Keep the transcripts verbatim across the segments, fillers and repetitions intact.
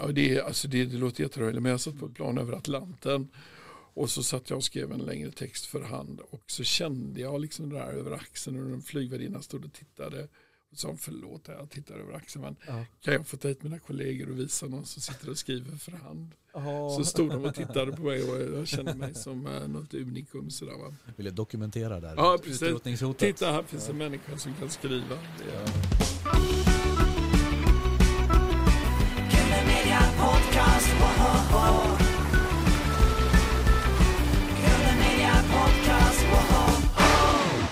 Ja, det, är, alltså det, det låter jätteröjligt, men jag satt på ett plan över Atlanten och så satt jag och skrev en längre text för hand och så kände jag liksom det där över axeln och en flygvärdinna stod och tittade och sa förlåt, jag tittar över axeln, men ja. Kan jag få ta hit mina kollegor och visa någon som sitter och skriver för hand? Oh. Så stod de och tittade på mig och jag kände mig som uh, något unikum sådär, va? Jag ville dokumentera där. Ja, precis. Titta, här finns ja. en människa som kan skriva. Det är... ja. Podcast, wow, wow. Podcast, wow, wow.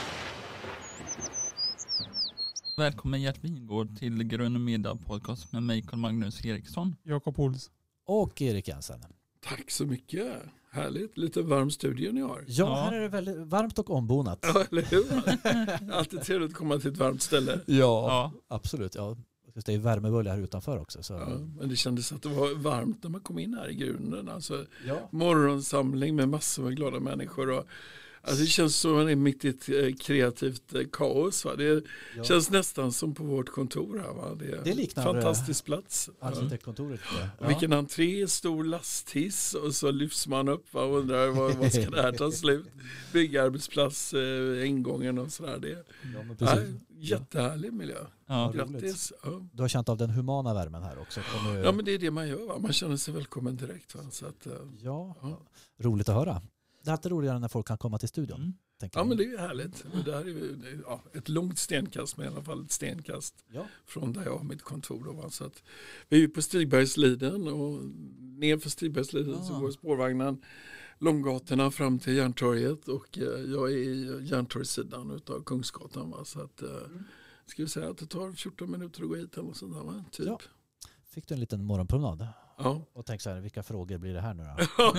Välkommen Gert Wingård till Grön Media Podcast med mig Carl Magnus Eriksson, Jakob Ols och Erik Jensen. Tack så mycket. Härligt. Lite varm studio ni har. Ja, ja, här är det väldigt varmt och ombonat. Ja, eller hur? Alltid trevligt att komma till ett varmt ställe. Ja, ja. Absolut. Ja. Det är värmebölja här utanför också. Så. Ja, men det kändes att det var varmt när man kom in här i grunden. Alltså, ja. Morgonsamling med massor med glada människor. Och, alltså, det känns som att man är mitt i ett kreativt kaos. Va? Det ja. känns nästan som på vårt kontor här. Va? Det är det liknar en fantastisk plats. Arkitektkontoret. Ja. Vilken entré, stor lasthiss och så lyfts man upp va? Och undrar vad, vad ska det här ta slut. Byggarbetsplats, eh, ingången och sådär. Det ja, är jättehärlig miljö. Ja, grattis. Ja. Du har känt av den humana värmen här också. Kommer... Ja, men det är det man gör. Va? Man känner sig välkommen direkt. Va? Så att, ja, ja, roligt att höra. Det är alltid roligare när folk kan komma till studion. Mm. Ja, jag. men det är ju härligt. Det här är ju, ja, ett långt stenkast, men i alla fall ett stenkast ja. från där jag har mitt kontor. Då, va? Så att, vi är ju på Stigbergsliden och nerför Stigbergsliden ja. så går spårvagnen Långgatorna fram till Järntorget och eh, jag är i Järntorgssidan utav Kungsgatan. Va? Så att, eh, mm. ska vi säga att det tar fjorton minuter att gå hit eller sånt där, va? Typ. Ja. Fick du en liten morgonpromenad? Ja. Och tänk så här, vilka frågor blir det här nu då?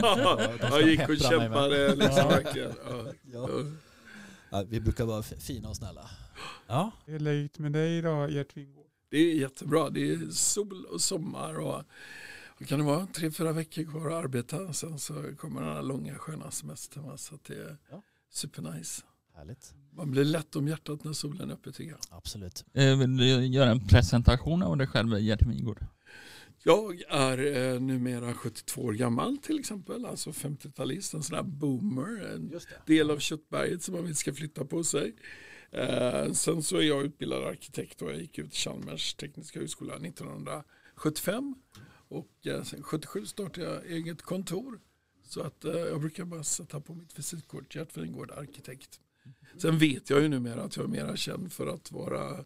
Jag gick och kämpade liksom verkligen. Ja. Ja. Ja, vi brukar vara fina och snälla. Ja. Det är läget med dig då, Gert Wingård? Det är jättebra. Det är sol och sommar och kan det vara tre, fyra veckor kvar att arbeta. Sen så kommer den här långa sköna semestern. Så att det är ja. supernice. Härligt. Man blir lätt om hjärtat när solen är uppe tycker jag. Absolut. Vill du göra en presentation av dig själv, Gert Wingård? Jag är eh, numera sjuttiotvå år gammal till exempel. Alltså femtiotalist, en sån här boomer. En del av Köttberget som man vill ska flytta på sig. Eh, sen så är jag utbildad arkitekt och jag gick ut Chalmers tekniska högskola nittonhundrasjuttiofem. Och eh, sen sjuttiosju startade jag eget kontor. Så att eh, jag brukar bara sätta på mitt visitkort, Gert Wingård arkitekt. Sen vet jag ju numera att jag är mera känd för att vara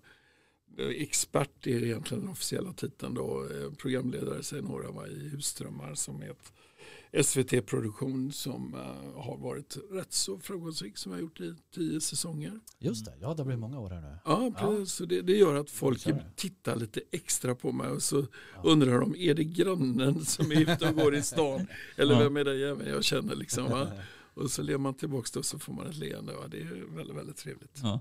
expert, är egentligen den officiella titeln då. Programledare säger några var i Husströmmar som är ett S V T-produktion som uh, har varit rätt så framgångsrik som jag har gjort i tio säsonger. Just det, ja det blir många år här nu. Ja, precis. Så det, det gör att folk tittar lite extra på mig och så ja. undrar de, är det grannen som är ute och går i stan? Eller vem är det även jag känner liksom va? Och så ler man tillbaka då så får man ett leende. Va? Det är väldigt, väldigt trevligt. Ja.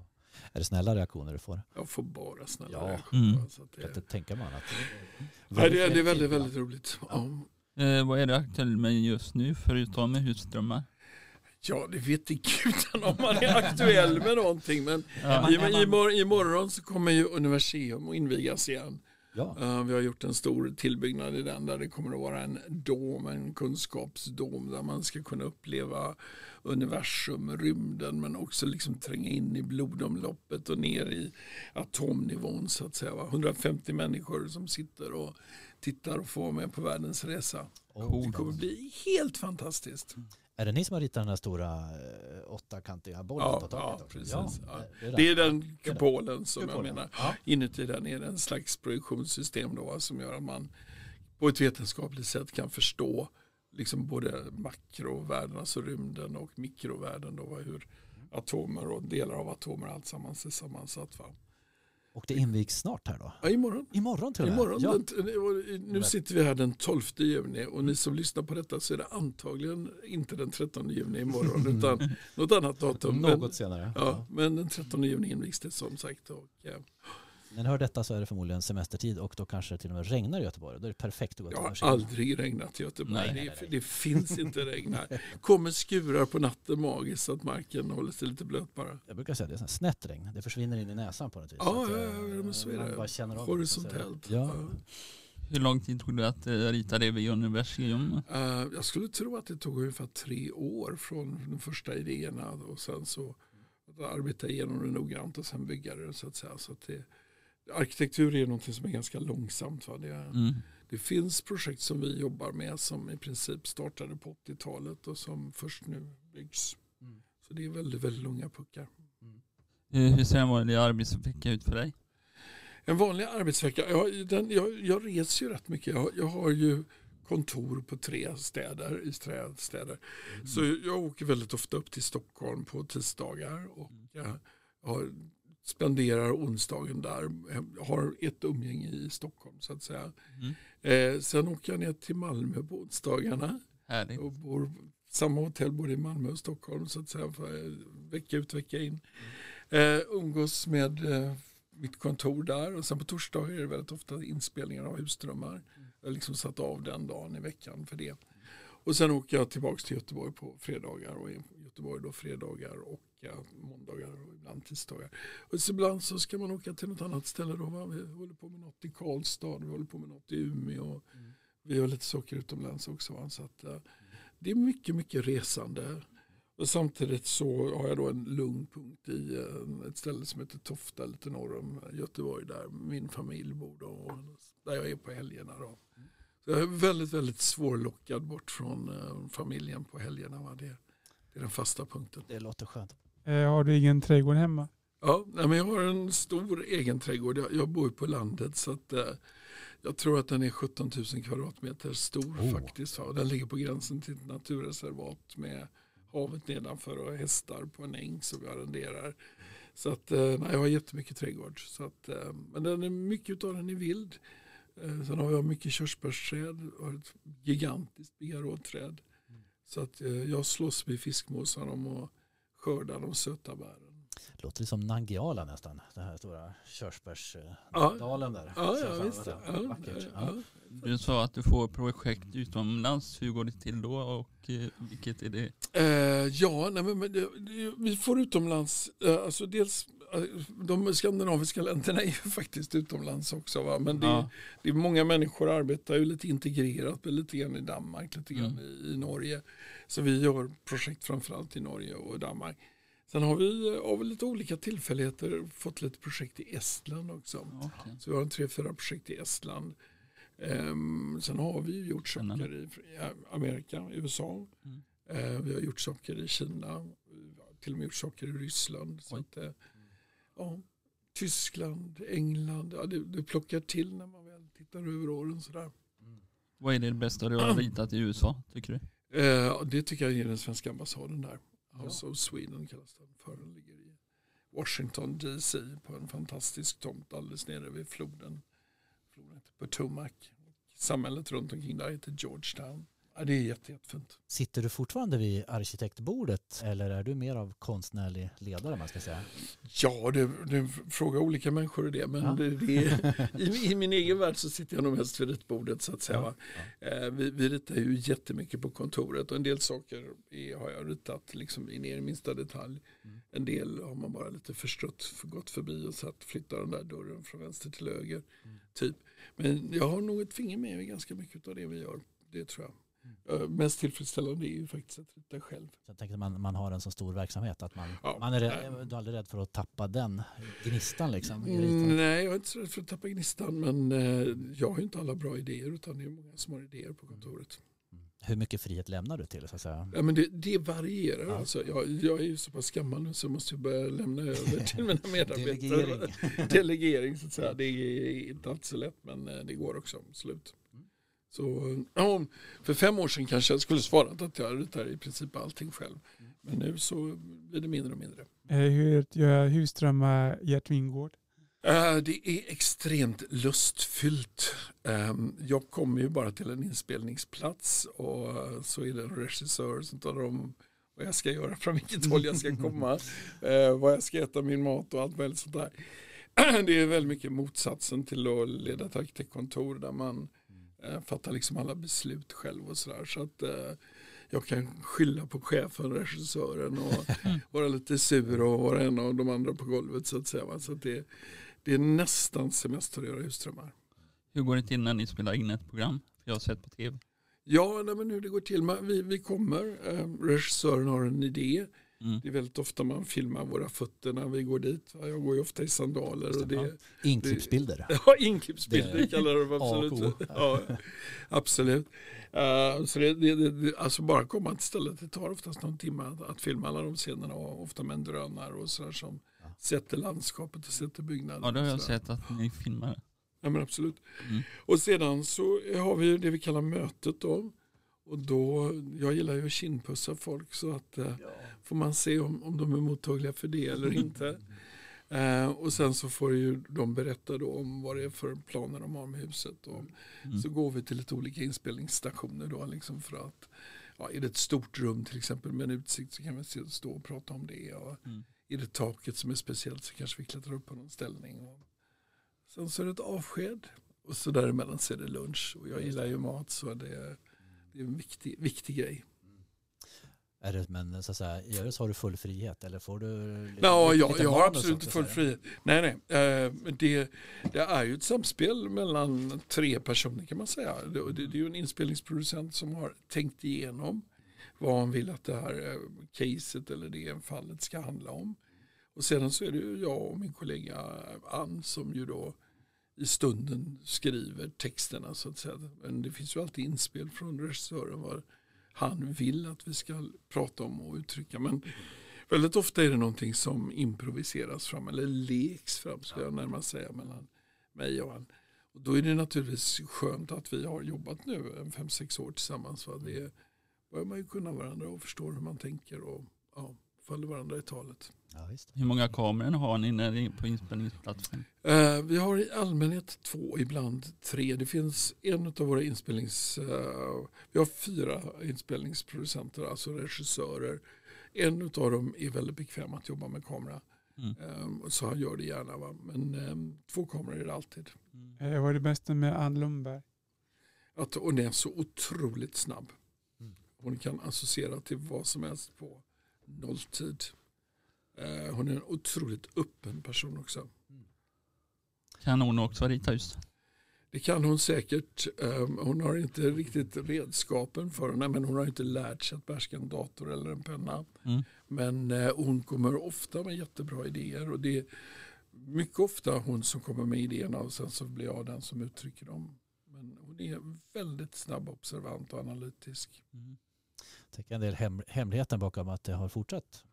Är det snälla reaktioner du får? Jag får bara snälla ja. reaktioner. Mm. Så att det är... Jag tänker man att det är, Nej, det är, det är väldigt, väldigt roligt. Ja. Ja. Eh, vad är det aktuellt med just nu förutom med Husströmmar? Ja, det vet inte gudan om man är aktuell med någonting. Men ja. i, i, imorgon, imorgon så kommer ju Universium att invigas igen. Ja. Uh, vi har gjort en stor tillbyggnad i den där det kommer att vara en dom, en kunskapsdom där man ska kunna uppleva universum, rymden men också liksom tränga in i blodomloppet och ner i atomnivån så att säga. Va? hundrafemtio människor som sitter och tittar och får med på världens resa. Oh, det kommer bli helt fantastiskt. Mm. Är det ni som har ritat den här stora eh, åttakantiga bollen ja, på taket? Ja, precis. Ja, ja. Det, är det är den kupolen som kupolen. jag menar. Ja. Inuti den är det en slags projektionssystem då, som gör att man på ett vetenskapligt sätt kan förstå liksom både makrovärlden, alltså rymden och mikrovärlden då, hur atomer och delar av atomer allt sammans är sammansatt. Va? Och det invigs snart här då? Ja, imorgon. Imorgon till och med? Imorgon. Ja. Den, nu sitter vi här den tolfte juni och ni som lyssnar på detta så är det antagligen inte den trettonde juni imorgon utan något annat datum. Något men, senare. Ja, ja, men den trettonde juni invigs det som sagt. Och, ja. När ni hör detta så är det förmodligen semestertid och då kanske det till och med regnar i Göteborg. Då är det perfekt att gå till Jag har aldrig regnat i Göteborg. Nej, det, nej, nej. det finns inte regn här. Kommer skurar på natten magiskt så att marken håller sig lite blöt bara. Jag brukar säga att det är snett regn. Det försvinner in i näsan på något vis. Ja, att, ja, ja men så är det. Bara känner av horisontellt. Ja. Hur lång tid tog det att rita det vid Universum? Uh, jag skulle tro att det tog ungefär tre år från de första idéerna och sen så att arbeta igenom det noggrant och sen bygga det så att säga. Så att det, arkitektur är något som är ganska långsamt. Va? Det, Mm. det finns projekt som vi jobbar med som i princip startade på åttiotalet och som först nu byggs. Mm. Så det är väldigt, väldigt långa puckar. Mm. Hur ser en vanlig arbetsvecka ut för dig? En vanlig arbetsvecka, jag, den, jag, jag reser ju rätt mycket. Jag, jag har ju kontor på tre städer i tre städer. Mm. Så jag åker väldigt ofta upp till Stockholm på tisdagar och jag har, spenderar onsdagen där. Jag har ett umgänge i Stockholm så att säga. Mm. Eh, sen åker jag ner till Malmö på onsdagarna. Härligt. Och bor samma hotell både i Malmö och Stockholm så att säga. För vecka ut, vecka in. Eh, umgås med eh, mitt kontor där och sen på torsdagar är det väldigt ofta inspelningar av husdrömmar. Jag har liksom satt av den dagen i veckan för det. Och sen åker jag tillbaka till Göteborg på fredagar och i Göteborg då fredagar och ja, måndagar och ibland tisdagar. Och så ibland så ska man åka till något annat ställe då. Va? Vi håller på med något i Karlstad, vi håller på med något i Umeå. Mm. Vi har lite saker utomlands också. Va? Så att, uh, det är mycket, mycket resande. Och samtidigt så har jag då en lugn punkt i uh, ett ställe som heter Tofta lite norr om Göteborg där min familj bor då, och där jag är på helgerna då. Mm. Så jag är väldigt, väldigt svårlockad bort från uh, familjen på helgerna. Va? Det, det är den fasta punkten. Det låter skönt. Eh, har du ingen trädgård hemma? Ja, nej, men jag har en stor egen trädgård. Jag, jag bor på landet så att uh, jag tror att den är sjutton tusen kvadratmeter stor oh. faktiskt. Va? Den ligger på gränsen till ett naturreservat med havet nedanför och hästar på en äng som vi arrenderar. Så att, nej, jag har jättemycket trädgård. Så att, men den är, mycket av den är vild. Sen har jag mycket körsbärsträd och ett gigantiskt bigarråträd. Mm. Så att jag slåss med fiskmåsar om att skörda de söta bären. Låter som Nangijala nästan, den här stora körsbärsdalen där. Ja, ja, visst. Ja, ja, ja. Du sa att du får projekt utomlands. Hur går det till då och eh, vilket är det? Eh, ja, nej, men, men det, det, vi får utomlands, eh, alltså dels de skandinaviska länderna är ju faktiskt utomlands också. Va? Men det, ja. det är många människor arbetar ju lite integrerat, lite grann i Danmark, lite grann mm. i, i Norge. Så vi gör projekt framförallt i Norge och Danmark. Sen har vi av lite olika tillfälligheter fått lite projekt i Estland också. Okay. Så vi har en tre, fyra projekt i Estland. Um, sen har vi gjort saker i Amerika, i U S A. Mm. Uh, vi har gjort saker i Kina. Till och med gjort saker i Ryssland. Så att, uh, ja, Tyskland, England. Ja, det, det plockar till när man väl tittar över åren. Sådär. Mm. Vad är det bästa du har ritat i U S A, tycker du? Uh, det tycker jag är den svenska ambassaden där. House of Sweden kallas den för. Den ligger i Washington D C på en fantastisk tomt alldeles nere vid floden. Floden heter Potomac. Samhället runt omkring där heter Georgetown. Ja, det är jätte, jättefint. Sitter du fortfarande vid arkitektbordet eller är du mer av konstnärlig ledare, man ska säga? Ja, det, det frågar olika människor det. Men ja. det, det, i, i min egen värld så sitter jag nog mest vid ritbordet så att säga. Ja. Ja. Vi, vi ritar ju jättemycket på kontoret och en del saker är, har jag ritat liksom ner i minsta detalj. Mm. En del har man bara lite förstrött, för gått förbi och satt flyttar den där dörren från vänster till höger. Mm. Typ. Men jag har nog ett finger med i ganska mycket av det vi gör. Det tror jag. Mm. Mest tillfredsställande är ju faktiskt att rita själv. Så jag tänker att man, man har en så stor verksamhet att man, ja, man är, rädd, du är aldrig rädd för att tappa den gnistan liksom? Mm, nej, jag är inte så rädd för att tappa gnistan, men eh, jag har ju inte alla bra idéer utan det är många som har idéer på kontoret. Mm. Hur mycket frihet lämnar du till så att säga? Ja, men det, det varierar. Ja. Alltså. Jag, jag är ju så pass gammal nu så jag måste börja lämna över till mina medarbetare. Delegering. Delegering så att säga. Det är inte alltid så lätt men det går också. Slut. Så, ja, för fem år sedan kanske jag skulle svara att jag ritar i princip allting själv. Men nu så blir det mindre och mindre. Hur gör Husdrömmar Gert Wingård? Uh, det är extremt lustfyllt. Um, jag kommer ju bara till en inspelningsplats och uh, så är det en regissör som talar om vad jag ska göra, från vilket håll jag ska komma, uh, vad jag ska äta min mat och allt möjligt sånt där. Det är väldigt mycket motsatsen till att leda ett arkitektkontor där man fattar liksom alla beslut själv och sådär. Så att eh, jag kan skylla på chefen, regissören och vara lite sur och vara en av de andra på golvet så att säga. Va? Så att det, det är nästan semester att göra Husdrömmar. Hur går det till när ni spelar in ett program? Jag har sett på tv. Ja, nej, men hur det går till. Vi, vi kommer, eh, regissören har en idé. Mm. Det är väldigt ofta man filmar våra fötter när vi går dit. Jag går ju ofta i sandaler. Och det, inklippsbilder. Ja, inklippsbilder det kallar det absolut. Ja, absolut. Uh, så det, det, det, alltså bara komma till stället, det tar oftast någon timme att, att filma alla de scenerna, och ofta med en drönare och sådär som ja. sätter landskapet och sätter byggnaden. Ja, det har jag sett att ni filmar. Ja, men absolut. Mm. Och sedan så har vi det vi kallar mötet då. Och då, jag gillar ju att kindpussa folk, så att eh, ja. får man se om, om de är mottagliga för det eller inte. eh, och sen så får ju de berätta då om vad det är för planer de har med huset. Och mm. så går vi till lite olika inspelningsstationer då, liksom för att, ja, är det ett stort rum till exempel med en utsikt, så kan vi stå och prata om det. Och mm. är det taket som är speciellt, så kanske vi klättrar upp på någon ställning. Och sen så är det ett avsked, och så däremellan så är det lunch. Och jag gillar ju mat, så det är Det är en viktig, viktig grej. Är det, men så att säga, i övrigt har du full frihet, eller får du lite, ja, lite, ja, lite jag har absolut inte full säga. frihet. Nej, nej. Det, det är ju ett samspel mellan tre personer, kan man säga. Det, det, det är ju en inspelningsproducent som har tänkt igenom vad han vill att det här caset eller det fallet ska handla om. Och sedan så är det ju jag och min kollega Ann som ju då i stunden skriver texterna, så att säga. Men det finns ju alltid inspel från regissören vad han vill att vi ska prata om och uttrycka. Men väldigt ofta är det någonting som improviseras fram eller leks fram, ska jag närmast säga, mellan mig och han. Och då är det naturligtvis skönt att vi har jobbat nu en fem, sex år tillsammans. För det börjar man ju kunna varandra och förstår hur man tänker och ja, faller varandra i talet. Ja, visst. Hur många kameror har ni när ni är på inspelningsplatsen? Uh, vi har i allmänhet två, ibland tre. Det finns en av våra inspelnings... Uh, vi har fyra inspelningsproducenter, alltså regissörer. En av dem är väldigt bekväm att jobba med kamera. Mm. Um, så han gör det gärna. Va? Men um, två kameror är det alltid. Mm. Vad är det bästa med Ann Lundberg? Att hon är så otroligt snabb. Mm. Hon kan associera till vad som helst på nolltid. Uh, hon är en otroligt öppen person också. Mm. Kan hon också rita hus? Det kan hon säkert. Um, hon har inte riktigt redskapen för henne, men hon har inte lärt sig att behärska en dator eller en penna. Mm. Men uh, hon kommer ofta med jättebra idéer, och det är mycket ofta hon som kommer med idéerna, och sen så blir jag den som uttrycker dem. Men hon är väldigt snabb, observant och analytisk. Mm. Jag tänker en del hem, hemligheten bakom att det har fortsatt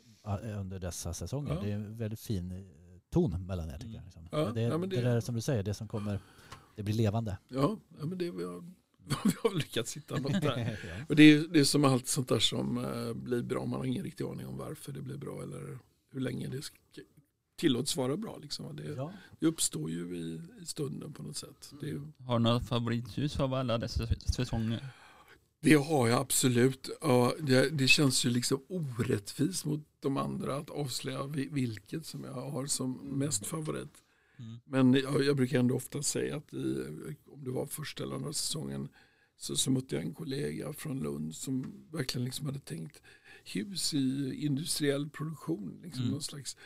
under dessa säsonger. Ja. Det är en väldigt fin ton mellan er, tycker jag. Liksom. Ja, det, ja, men det, det där som du säger, det som kommer, det blir levande. Ja, ja men det vi har, vi har lyckats hitta något där. ja. Och det är, det är som allt sånt där som uh, blir bra. Man har ingen riktig aning om varför det blir bra eller hur länge det ska, tillåts vara bra. Liksom. Det, ja. det uppstår ju i, i stunden på något sätt. Det är, har du några favorithus av alla dessa säsonger? Det har jag absolut. Ja, det, det känns ju liksom orättvist mot de andra att avslöja vilket som jag har som mest favorit. Mm. Men jag, jag brukar ändå ofta säga att i, om det var första eller andra säsongen så, så mötte jag en kollega från Lund som verkligen liksom hade tänkt hus i industriell produktion. Liksom mm. någon slags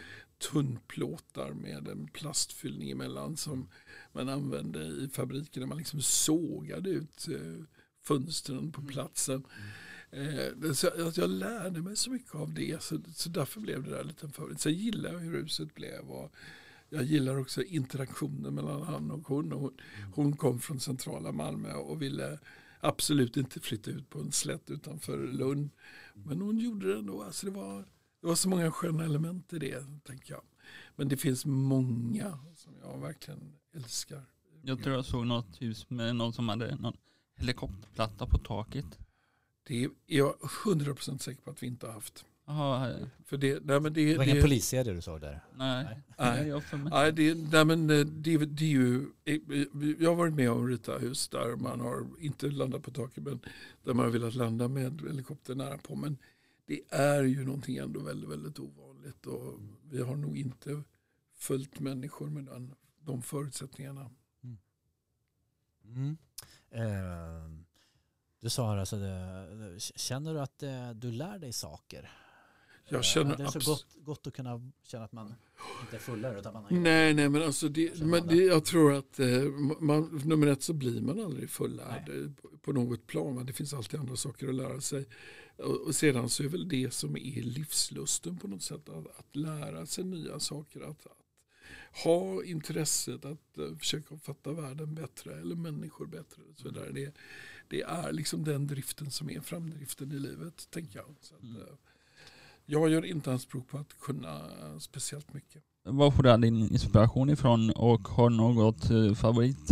tunnplåtar med en plastfyllning emellan som man använde i fabriken när man liksom sågade ut eh, fönstren på platsen. Mm. Eh, så att jag lärde mig så mycket av det, så, så därför blev det där lite en favorit. Så jag gillar hur huset blev, och jag gillar också interaktionen mellan han och hon. Och hon, hon kom från centrala Malmö och ville absolut inte flytta ut på en slätt utanför Lund. Men hon gjorde det ändå. Alltså det, var, det var så många sköna element i det, tänker jag. Men det finns många som jag verkligen älskar. Jag tror jag såg något hus med någon som hade någon helikopterplatta på taket. Det är jag hundra procent säker på att vi inte har haft. Aha, ja. För det, nej, men det, det var det, ingen polisserie du såg där? Nej. Nej, nej, nej, det, nej men det, det är ju... Jag har varit med om att rita hus där man har inte landat på taket, men där man har velat landa med helikopter nära på. Men det är ju någonting ändå väldigt, väldigt ovanligt, och vi har nog inte följt människor med den, de förutsättningarna. Mm. Mm. Uh, du sa alltså, det, känner du att det, du lär dig saker? Jag känner det är så abs- gott, gott att kunna känna att man inte är fullare utan man har Nej, nej, men alltså det, men det, jag tror att eh, man, nummer ett så blir man aldrig fullärd på, på något plan. Det finns alltid andra saker att lära sig. Och, och sedan så är väl det som är livslusten på något sätt att, att lära sig nya saker. Att, att ha intresset att uh, försöka fatta världen bättre eller människor bättre. Och så vidare. Det, det är liksom den driften som är framdriften i livet, tänker jag. Så att, uh, jag gör inte anspråk på att kunna speciellt mycket. Var får du din inspiration ifrån och har något uh, favorit?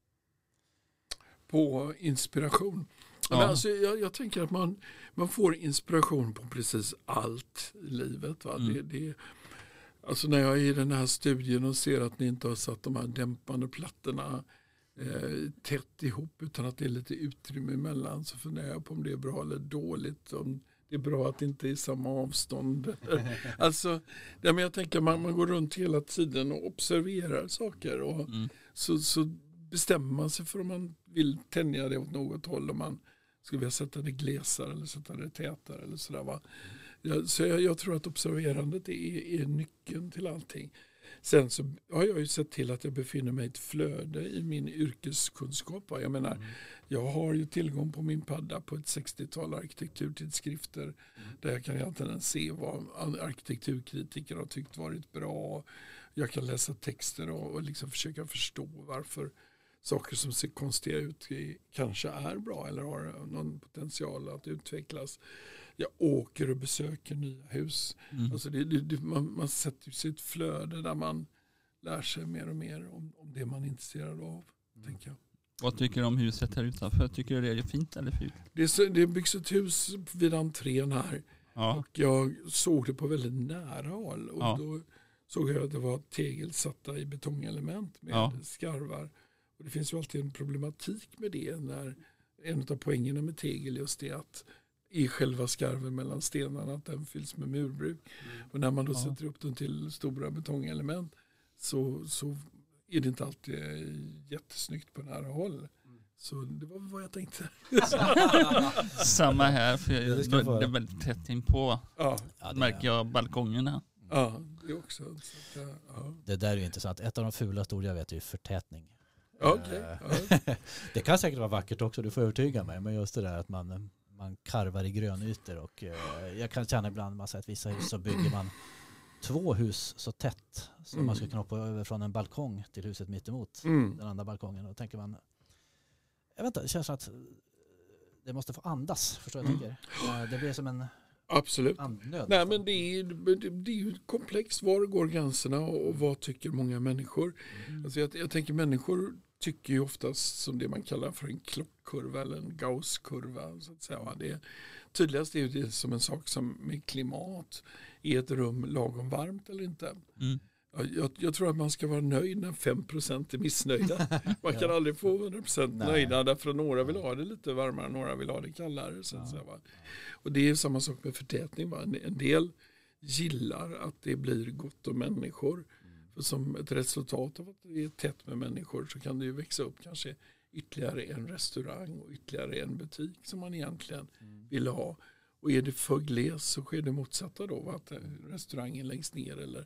På inspiration? Ja. Men alltså, jag, jag tänker att man, man får inspiration på precis allt i livet. Va? Mm. Det, det, alltså när jag är i den här studien och ser att ni inte har satt de här dämpande plattorna eh, tätt ihop utan att det är lite utrymme emellan, så funderar jag på om det är bra eller dåligt. Om det är bra att det inte är samma avstånd. Alltså, ja, men jag tänker man, man går runt hela tiden och observerar saker och mm. så, så bestämmer man sig för om man vill tänja det åt något håll, om man skulle vilja sätta det glesare eller sätta det tätare eller sådär, va. Ja, så jag, jag tror att observerandet är, är nyckeln till allting. Sen så har jag ju sett till att jag befinner mig i ett flöde i min yrkeskunskap. Jag menar, mm. jag har ju tillgång på min padda på ett sextiotal arkitekturtidskrifter mm. där jag kan egentligen se vad arkitekturkritiker har tyckt varit bra. Jag kan läsa texter och, och liksom försöka förstå varför saker som ser konstiga ut kanske är bra eller har någon potential att utvecklas. Jag åker och besöker nya hus. Mm. Alltså det, det, man, man sätter sig i ett flöde där man lär sig mer och mer om, om det man är intresserad av. Mm. Tänker jag. Vad tycker du om huset här utanför? Tycker du det är fint eller fult? Det, så, det byggs ett hus vid entrén här. Ja. Och jag såg det på väldigt nära håll. Och ja. Då såg jag att det var tegel satta i betongelement med ja. skarvar. Och det finns ju alltid en problematik med det. När en av poängerna med tegel just är att i själva skarven mellan stenarna att den fylls med murbruk. Mm. Och när man då ja. sätter upp den till stora betongelement så, så är det inte alltid jättesnyggt på nära håll. Mm. Så det var vad jag tänkte. Samma här, för jag, det är väldigt tätt inpå. Ja. Ja, märker jag balkongerna. Ja, det också. Så att, ja. Det där är ju intressant. Ett av de fulaste ord jag vet är ju förtätning. Okay. Ja. Det kan säkert vara vackert också, du får övertyga mig. Men just det där att man, man karvar i grönytor. Och eh, jag kan känna ibland man säger att vissa hus så bygger man två hus så tätt. Så mm. man ska kunna hoppa över från en balkong till huset mitt emot mm. den andra balkongen. Och tänker man, jag vet inte, det känns som att det måste få andas, förstår jag mm. tänker. Det blir som en Absolut. andnöd. Nej, men det är, det är ju komplext. Var går gränserna och, och vad tycker många människor? Mm. Alltså jag, jag tänker människor tycker ju oftast som det man kallar för en klockkurva eller en Gausskurva. Så att säga. Det tydligast är det som en sak som med klimat. Är ett rum lagom varmt eller inte? Mm. Jag, jag tror att man ska vara nöjd när fem procent är missnöjda. Man kan ja. aldrig få hundra procent nöjda därför att några vill ha det lite varmare, några vill ha det kallare. Så att ja. säga, va? Och det är samma sak med förtätning. Va? En del gillar att det blir gott om människor. Mm. För som ett resultat av att det är tätt med människor så kan det ju växa upp kanske ytterligare en restaurang och ytterligare en butik som man egentligen mm. vill ha. Och är det för gles så sker det motsatta då, att restaurangen läggs ner. Eller.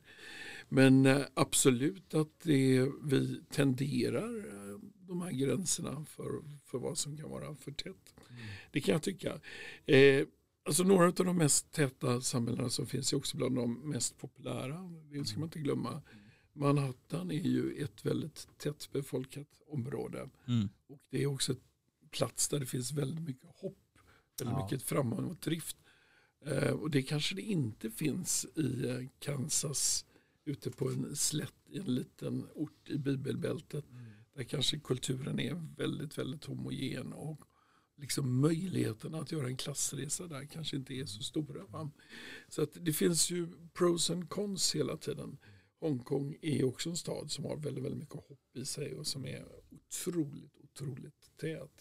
Men eh, absolut att det, vi tenderar eh, de här gränserna för, för vad som kan vara för tätt. Mm. Det kan jag tycka. Eh, alltså några av de mest täta samhällena som finns är också bland de mest populära. Det ska man inte glömma. Manhattan är ju ett väldigt tätt befolkat område. Mm. Och det är också en plats där det finns väldigt mycket hopp. Eller ja. mycket framåtrift. Eh, och det kanske det inte finns i eh, Kansas ute på en slätt i en liten ort i bibelbältet. Mm. Där kanske kulturen är väldigt, väldigt homogen och liksom möjligheten att göra en klassresa där kanske inte är så stora. Va? Så att det finns ju pros and cons hela tiden. Hongkong är också en stad som har väldigt, väldigt mycket hopp i sig och som är otroligt, otroligt tät.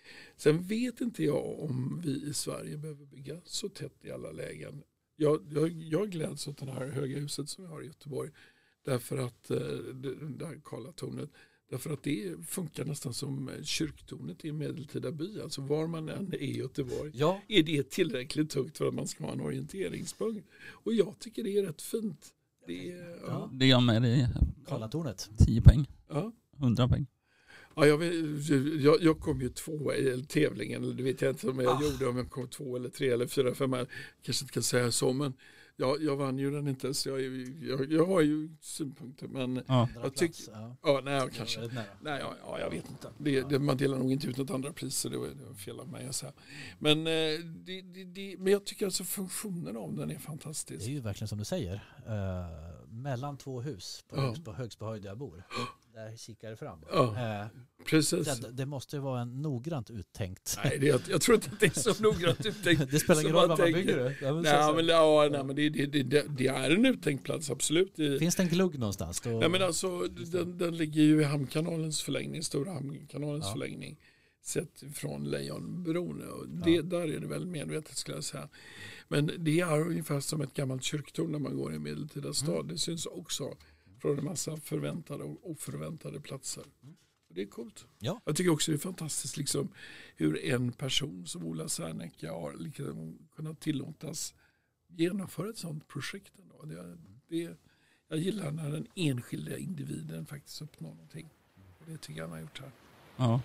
Sen vet inte jag om vi i Sverige behöver bygga så tätt i alla lägen. Jag, jag, jag gläds åt det här höga huset som vi har i Göteborg. Därför att eh, det där Karlatornet, Därför att det funkar nästan som kyrktornet i en medeltida by. Alltså var man än är i Göteborg ja. är det tillräckligt högt för att man ska ha en orienteringspunkt. Och jag tycker det är rätt fint. Det är, ja. Ja. Det är med det. Karlatornet. tio poäng. Ja. hundra poäng. Ja, jag, jag, jag kom ju två i tävlingen. Eller det vet jag inte om jag ah. gjorde. Om jag kom två eller tre eller fyra, fem. Jag kanske inte kan säga så. Men jag, jag vann ju den inte. Så jag, jag, jag har ju synpunkter. Men ja. jag tycker... Ja. ja, nej, jag kanske... Nej, ja, ja, jag vet inte. Det, det, man delar nog inte ut något andra pris. Så det var, det var fel av mig att säga. Men, det, det, det, men jag tycker alltså funktionen av den är fantastisk. Det är ju verkligen som du säger. Uh, mellan två hus på, ja. högst, på högstbehöjd där jag bor. Där kikar det fram. Ja, eh, precis. Det, det måste vara en noggrant uttänkt. Nej, det, jag, jag tror inte att det är så noggrant uttänkt. Det spelar ingen roll vad man bygger det. Ja, men, nej, men, ja, nej, men det, det, det, det är en uttänkt plats, absolut. Det, finns det en glugg någonstans? Då... Nej, men alltså, den, den ligger ju i hamnkanalens förlängning, stora hamnkanalens ja. förlängning. Sett från Lejonbron. Och det, ja. Där är det väl medvetet, skulle jag säga. Men det är ungefär som ett gammalt kyrktorn när man går i en medeltida stad. Mm. Det syns också från en massa förväntade och oförväntade platser. Mm. Det är coolt. Ja. Jag tycker också det är fantastiskt liksom, hur en person som Ola Serneke har liksom, kunnat tillåtas genomföra ett sådant projekt. Ändå. Det, det, jag gillar när den enskilda individen faktiskt uppnår någonting. Och det tycker jag han har gjort här. Ja.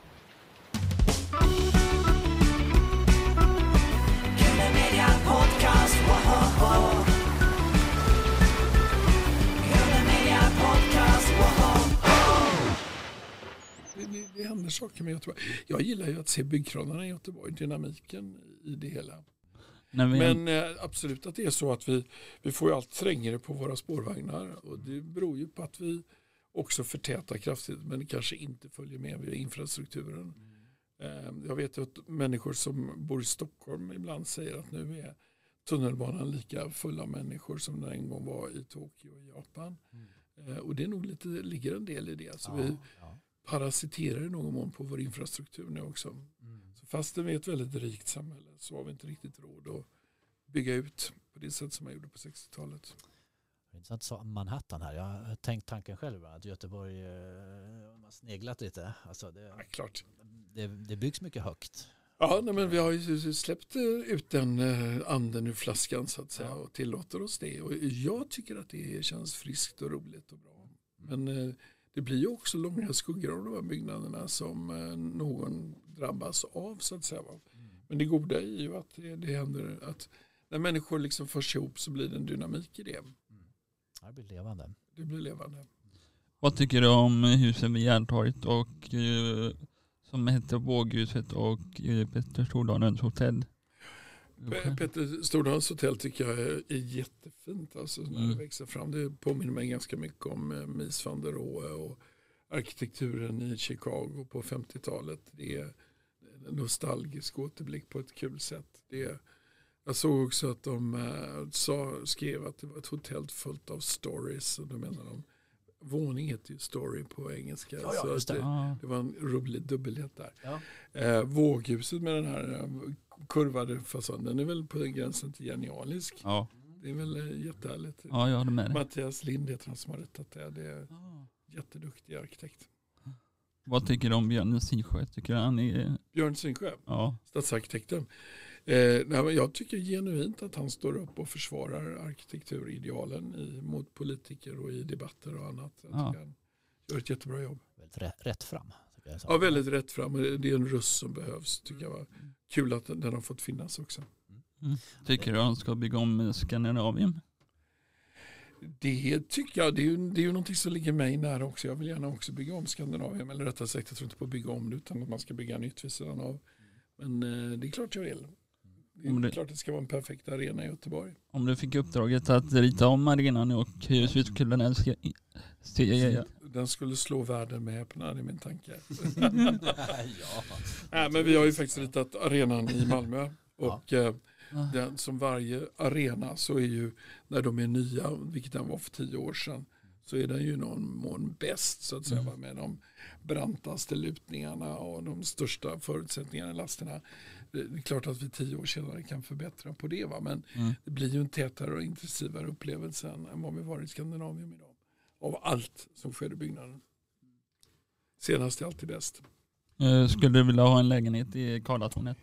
Det, det, det händer saker med Göteborg. Jag gillar ju att se byggkranarna i Göteborg, dynamiken i det hela. Nej, men men eh, absolut att det är så att vi, vi får ju allt trängre på våra spårvagnar. Och det beror ju på att vi också förtätar kraftigt, men det kanske inte följer med vid infrastrukturen. Mm. Eh, jag vet ju att människor som bor i Stockholm ibland säger att nu är tunnelbanan lika full av människor som den en gång var i Tokyo i Japan. Mm. Eh, och det är nog lite, ligger en del i det. Så ja, vi ja. parasiterar i någon mån på vår infrastruktur nu också. Mm. Så fast vi är ett väldigt rikt samhälle så har vi inte riktigt råd att bygga ut på det sätt som man gjorde på sextiotalet. Intressant sa Manhattan här. Jag har tänkt tanken själv att Göteborg eh, har sneglat lite. Alltså det, ja, klart. Det, det byggs mycket högt. Ja, nej, men vi har ju släppt ut den anden ur flaskan så att säga och tillåter oss det. Och jag tycker att det känns friskt och roligt och bra. Men eh, det blir ju också långa skuggor av de här byggnaderna som eh, någon drabbas av så att säga. Mm. Men det goda är ju att det, det händer att när människor liksom förs ihop så blir det en dynamik i det. Mm. Det blir levande. Det blir levande. Vad tycker du om husen vid Järntorget och eh, som heter Våghuset och eh, Petter Stordalens hotell? P- Petter Stordalens hotell tycker jag är, är jättefint alltså, när mm. det växer fram. Det påminner mig ganska mycket om eh, Mies van der Rohe och arkitekturen i Chicago på femtiotalet. Det är en nostalgisk återblick på ett kul sätt. Det är, jag såg också att de äh, sa, skrev att det var ett hotell fullt av stories. Och då menar de, våning heter ju story på engelska. Ja, ja, så det. Det, det var en rolig dubbelhet där. Ja. Eh, våghuset med den här äh, kurvade fasaden, den är väl på gränsen till genialisk. Ja. Det är väl äh, jättehärligt. Ja, jag håller med dig. Mattias Lind heter han som har rättat det. Det är ja. jätteduktig arkitekt. Vad tycker du om Björn Sinsjö? Tycker han är... Björn Sinsjö? Ja. Stadsarkitekten. Eh, nej, jag tycker genuint att han står upp och försvarar arkitekturidealen i, mot politiker och i debatter och annat. Jag ja. han gör ett jättebra jobb. Väldigt rätt, rätt fram. Jag ja, väldigt rätt fram. Det är en röst som behövs. Tycker jag var kul att den, den har fått finnas också. Mm. Tycker du att han ska bygga om Skandinavien? Det tycker jag. Det är, ju, det är ju någonting som ligger mig nära också. Jag vill gärna också bygga om Skandinavien. Eller rättare sagt, jag tror inte på att bygga om det utan att man ska bygga nytt vid sidan av. Men eh, det är klart jag vill. Det är det, klart att det ska vara en perfekt arena i Göteborg. Om du fick uppdraget att rita om arenan och hur skulle den se, se den skulle slå världen med häpnad i min tanke. ja. Nej, men vi har ju faktiskt ritat arenan i Malmö. Och ja. eh, den, som varje arena så är ju, när de är nya, vilket den var för tio år sedan, så är den ju någon mån bäst så att säga, mm. med de brantaste lutningarna och de största förutsättningarna i lasterna. Det är klart att vi tio år senare kan förbättra på det, va? Men mm. det blir ju en tätare och intensivare upplevelse än vad vi var i Skandinavien idag. Av allt som sker i byggnaden. Senast är alltid bäst. Uh, skulle du vilja ha en lägenhet i Karlatornet?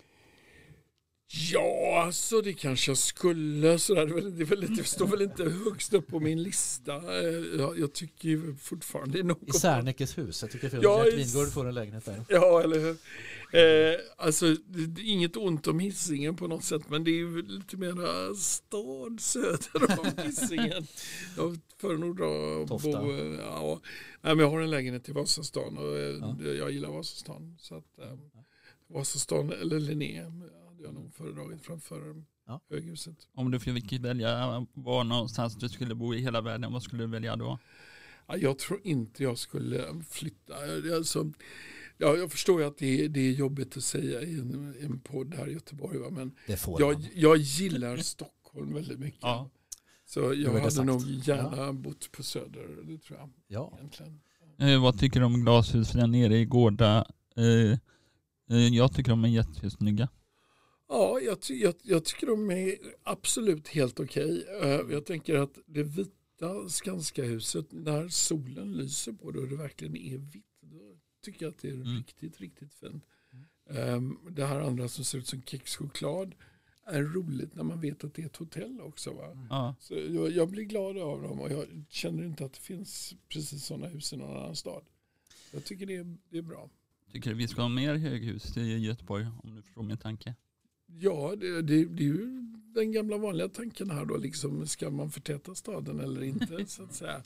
Ja, alltså det kanske jag skulle. Sådär. Det, är väl, det, är väl lite, det står väl inte högst upp på min lista. Jag, jag tycker ju fortfarande... Det är nog I Särnäckes hus. Jag tycker att ja, Vingård får en lägenhet där. Ja, eller hur? Eh, alltså, det, det är inget ont om Hisingen på något sätt. Men det är ju lite mer stad söder om Hisingen. Jag föredrar att bo... Ja, nej, men jag har en lägenhet i Vasastan. Och ja. jag gillar Vasastan. Så att... Eh, Vasastan eller Linné... Jag nog föredragit framför ja. höghuset. Om du fick välja var någonstans du skulle bo i hela världen, vad skulle du välja då? Ja, jag tror inte jag skulle flytta. Alltså, ja, jag förstår ju att det är, det är jobbigt att säga i en, en podd här i Göteborg. Va? Men jag, jag gillar Stockholm väldigt mycket. Ja. Så jag hade sagt. nog gärna ja. bott på Söder, det tror jag. Ja. Eh, vad tycker du om glashusen där nere i Gårda? Eh, eh, jag tycker de är jättesnygga. Ja, jag, ty- jag, jag tycker de är absolut helt okej. Uh, jag tänker att det vita Skanska-huset, när solen lyser på det och det verkligen är vitt, då tycker jag att det är mm. riktigt, riktigt fint. Um, det här andra som ser ut som kexchoklad är roligt när man vet att det är ett hotell också. Va? Mm. Så jag, jag blir glad av dem och jag känner inte att det finns precis sådana hus i någon annan stad. Jag tycker det är, det är bra. Tycker du vi ska ha mer höghus i Göteborg, om du förstår min tanke? Ja, det, det, det är ju den gamla vanliga tanken här då, liksom, ska man förtäta staden eller inte, så att säga.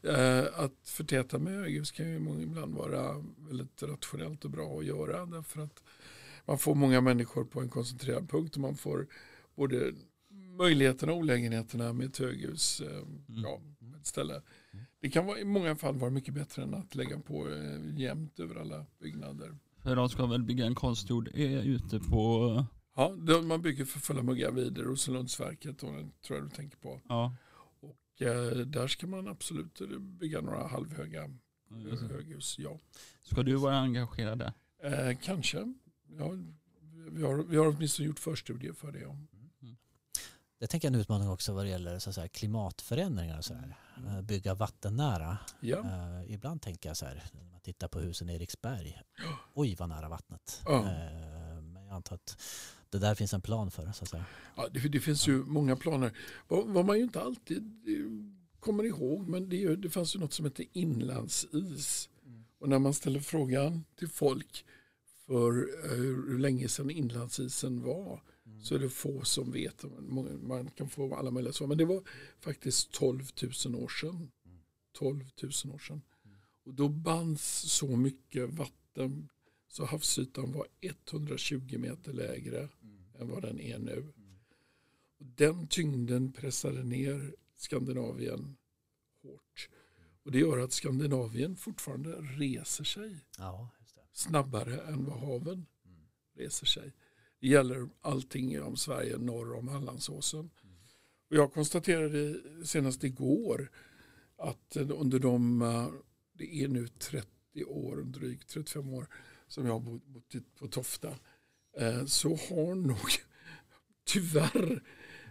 Eh, att förtäta med höghus kan ju ibland vara väldigt rationellt och bra att göra, därför att man får många människor på en koncentrerad punkt och man får både möjligheterna och olägenheterna med ett höghus eh, mm. ja, ett ställe. Det kan vara, i många fall vara mycket bättre än att lägga på eh, jämnt över alla byggnader. För de ska väl bygga en konstgjord ö ute på... Ja, man bygger för fulla muggar vid Rosenlundsverket, och det tror jag du tänker på. Ja. Och eh, där ska man absolut bygga några halvhöga mm. höghus, ja. Ska du vara engagerad där? Eh, kanske. Ja, vi, har, vi har åtminstone gjort förstudier för det. Ja. Mm. Jag tänker en utmaning också vad det gäller så här, klimatförändringar. Så här. Mm. Bygga vattennära. Ja. Uh, ibland tänker jag så här, när man tittar på husen i Eriksberg. Oj, vad nära vattnet. Ja. Uh, men jag antar att det där finns en plan för, så att säga. Ja, det, det finns ju många planer. Vad, vad man ju inte alltid kommer ihåg, men det, är ju, det fanns ju något som heter inlandsis. Mm. Och när man ställer frågan till folk för uh, hur länge sedan inlandsisen var, mm. så är det få som vet. Många, man kan få alla möjliga svar. Men det var faktiskt tolv tusen år sedan. tolv tusen år sedan. Mm. Och då bands så mycket vatten så havsytan var etthundratjugo meter lägre mm. än vad den är nu. Mm. Och den tyngden pressade ner Skandinavien hårt. Och det gör att Skandinavien fortfarande reser sig ja, just det. snabbare än vad haven mm. reser sig. Det gäller allting om Sverige norr om Hallandsåsen. Mm. Och jag konstaterade senast igår att under de, det är nu trettio år, drygt trettiofem år som jag har bott på Tofta, så har nog tyvärr,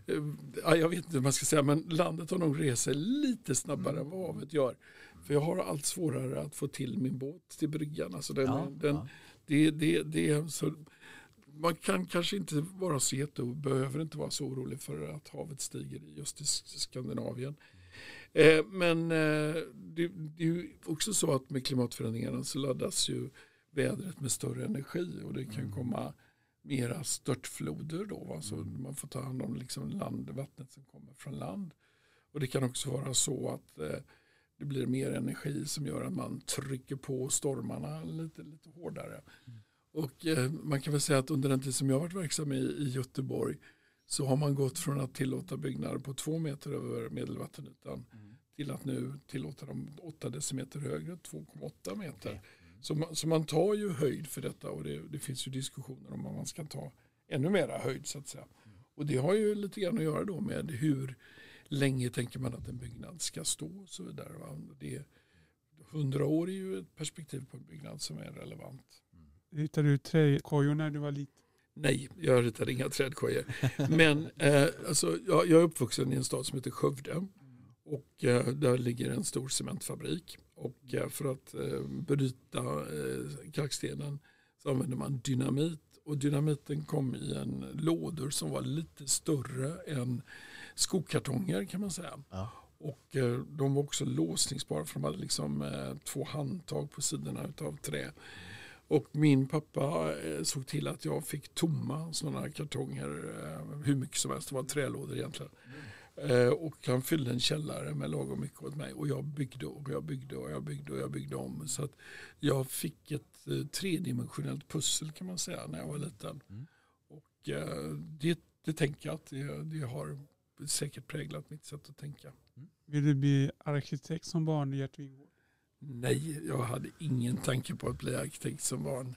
jag vet inte vad man ska säga, men landet har nog rest sig lite snabbare än vad havet gör. För jag har allt svårare att få till min båt till bryggan. Alltså den, ja, den, ja. Det, det, det, så man kan kanske inte vara så jätte och behöver inte vara så orolig för att havet stiger just i Skandinavien. Eh, men eh, det, det är ju också så att med klimatförändringarna så laddas ju vädret med större energi och det kan komma mera störtfloder då. Va? Så man får ta hand om liksom landvattnet som kommer från land. Och det kan också vara så att eh, det blir mer energi som gör att man trycker på stormarna lite, lite hårdare. Mm. Och eh, man kan väl säga att under den tid som jag har varit verksam i, i Göteborg så har man gått från att tillåta byggnader på två meter över medelvattenytan mm. till att nu tillåta dem åtta decimeter högre, två komma åtta meter. Okay. Mm. Så, man, så man tar ju höjd för detta och det, det finns ju diskussioner om att man ska ta ännu mera höjd så att säga. Mm. Och det har ju lite grann att göra då med hur länge tänker man att en byggnad ska stå och så vidare. Va? Det, hundra år är ju ett perspektiv på en byggnad som är relevant. Ritade du trädkojor när du var liten? Nej, jag ritade inga trädkojor. Men eh, alltså, jag, jag är uppvuxen i en stad som heter Skövde. Och eh, där ligger en stor cementfabrik. Och för att bryta kalkstenen så använder man dynamit. Och dynamiten kom i en lådor som var lite större än skokartonger kan man säga. Ja. Och eh, de var också låsningsbara för de hade liksom eh, två handtag på sidorna av trä. Mm. Och min pappa eh, såg till att jag fick tomma sådana kartonger eh, hur mycket som helst. Det var trälådor egentligen. Mm. Eh, och han fyllde en källare med lagom mycket åt mig. Och jag byggde och jag byggde och jag byggde och jag byggde om. Så att jag fick ett eh, tredimensionellt pussel kan man säga när jag var liten. Mm. Och eh, det, det tänker jag att det, det har säkert präglat mitt sätt att tänka. Mm. Vill du bli arkitekt som barn i Gert Wingård? Nej, jag hade ingen tanke på att bli arkitekt som barn.